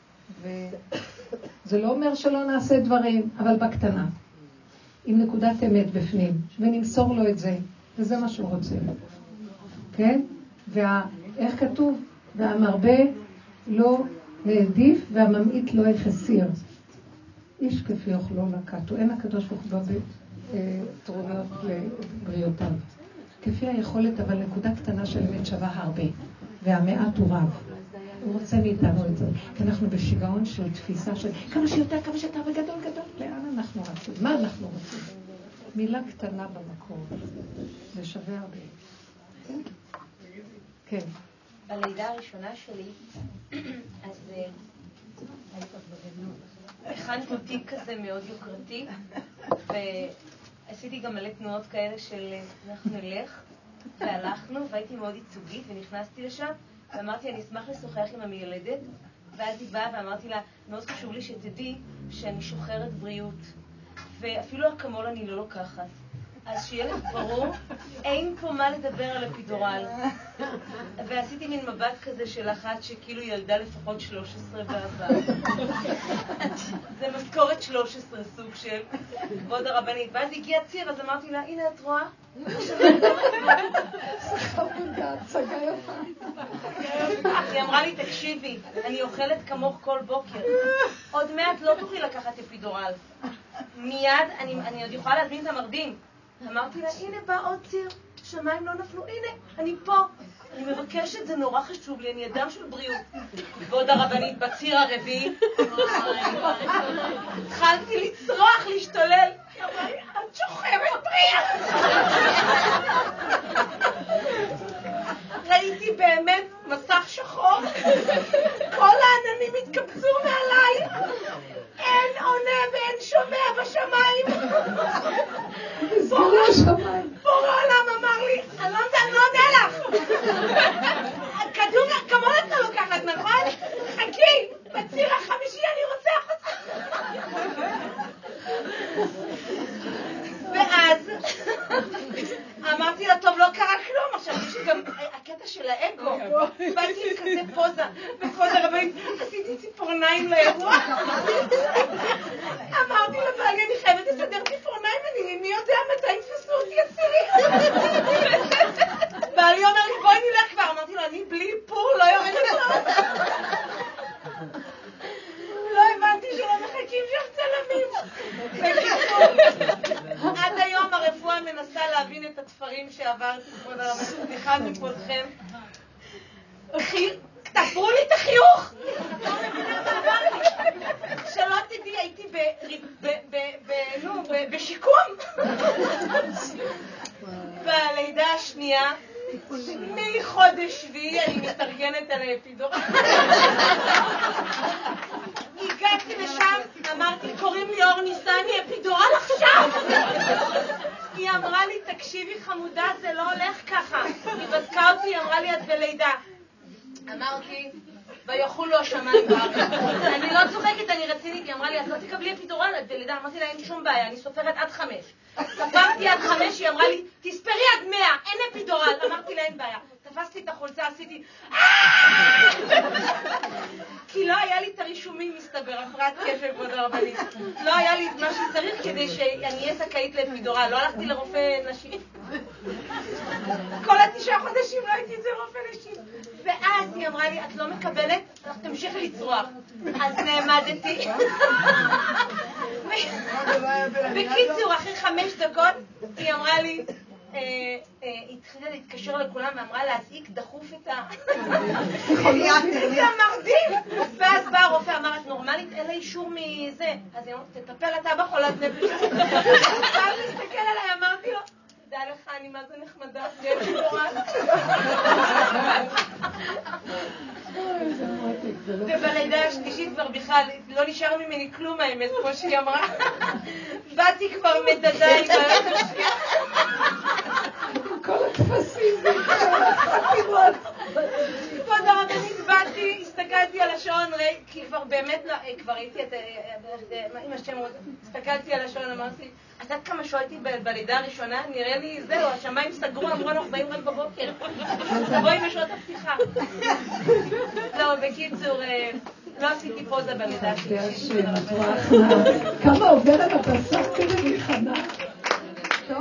וזה לא אומר שלא נעשה דברים, אבל בקטנה. עם נקודת אמת בפנים, ונמסור לו את זה, וזה מה שהוא רוצה. כן? איך כתוב? והמרבה לא העדיף, והממעיט לא יחסיר. איש כפי אוכלו לקטו. אין הקדוש ברוך הוא טרוניות לבריאותיו. כפי היכולת, אבל נקודה קטנה של אמת שווה הרבה, והמעט הוא רב. הוא רוצה מאיתנו את זה, כי אנחנו בשיגעון של תפיסה של כמה שיותר, וגדול, לאן אנחנו רצים? מה אנחנו רוצים? מילה קטנה במקום, זה שווה הרבה. כן? כן. בלידה הראשונה שלי, אז הכנתי תיק כזה מאוד יוקרתי, ועשיתי גם מלא תנועות כאלה של אנחנו נלך, והלכנו, והייתי מאוד ייצוגית, ונכנסתי לשם, ואמרתי, אני אשמח לשוחח עם המילדת, ואז היא באה ואמרתי לה, מאוד חשוב לי שתדעי שאני שוחרת בריאות, ואפילו אקמול אני לא לוקחת. אז שיהיה לך ברור, אין פה מה לדבר על אפידורל. ועשיתי מין מבט כזה של אחת שכאילו ילדה לפחות 13 בעבר. זה משכורת 13 סוג של כבוד הרבנית. ואז הגיע ציר, אז אמרתי לה, הנה את רואה? היא אמרה לי, תקשיבי, אני אוכלת כמוך כל בוקר. עוד מעט לא תוכלי לקחת אפידורל. מיד, אני עוד יכולה להזמין את המרדים. אמרתי לה, הנה בא עוד ציר, שמיים לא נפלו, הנה, אני פה. אני מבקשת, זה נורא חשוב לי, אני אדם של בריאות. כבוד הרבנית, בציר הרביעי, התחלתי לצרוח, להשתולל. היא אמרה לי, את שוחרת בריאות. ראיתי באמת מסך שחור, כל העננים התקבצו מעליי. אין עונה ואין שומע בשמיים. בורא עולם אמר לי, אני לא עונה לך. כדור כמון את לא לוקחת, נכון? חכי, בציר החמישי אני רוצח אותך. ואז אמרתי לה, טוב, לא קרה כלום. עכשיו יש גם הקטע של האגו. באתי עם כזה פוזה, וכבוד הרבנית, עשיתי ציפורניים לאירוע. אמרתי לבעלי, אני חייבת לסדר ציפורניים, מי יודע מתי יתפסו אותי אסירים. בעלי אומר לי, בואי נלך כבר. אמרתי לו, אני בלי פור לא יורד. כבוד הרבנית, סליחה מכבודכם. תפרו לי את החיוך! שלא תדעי, הייתי בשיקום. בלידה השנייה, מחודש שביעי אני מתארגנת על האפידורל. הגעתי לשם, אמרתי, קוראים לי אור ניסני, אפידורל עכשיו! היא אמרה לי, תקשיבי חמודה, זה לא הולך ככה. היא בדקה אותי, היא אמרה לי, את בלידה. אמרתי, ויחולו השמיים בארץ. אני לא צוחקת, אני רצינית. היא אמרה לי, את לא תקבלי אפידורל, את בלידה. אמרתי לה, אין שום בעיה, אני סופרת עד 5. ספרתי עד 5, היא אמרה לי, תספרי עד 100, אין אפידורל. אמרתי לה, אין בעיה. תפסתי את החולצה, עשיתי כי לא היה לי את הרישומים, מסתבר, הפרעת קשב, כבוד הרבנית. לא היה לי את מה שצריך כדי שאני אהיה זכאית לאפידורל. לא הלכתי לרופא נשים. כל 9 חודשים לא הייתי אצל רופא נשים. ואז היא אמרה לי, את לא מקבלת, תמשיך לצרוח. אז נעמדתי. בקיצור, אחרי 5 דקות, היא אמרה לי, היא התחילה להתקשר לכולם ואמרה להזעיק דחוף את המרדים. ואז בא הרופא, אמר, את נורמלית, אין לה אישור מזה. אז היא אמרת, תטפל אתה בחולת נפש. ואז להסתכל עליי, אמרתי לו, תדע לך, אני מה זה נחמדה, זה אפידורל. ובלידה השלישית כבר בכלל לא נשאר ממני כלום, האמת, כמו שהיא אמרה. באתי כבר מדדה עם בעיות השנייה. כל התפסים זה כבוד הרבנית, באתי, הסתכלתי על השעון, כי כבר באמת, כבר הייתי, עם השם, הסתכלתי על השעון, אמרתי, את יודעת כמה שואלתי בלידה הראשונה? נראה לי, זהו, השמיים סגרו, אמרו, אנחנו באים רק בבוקר. בואי בשעות הפתיחה. לא, בקיצור, לא עשיתי פוזה בלידה השלישית. כמה עובר על הבשר כדי להיכנע.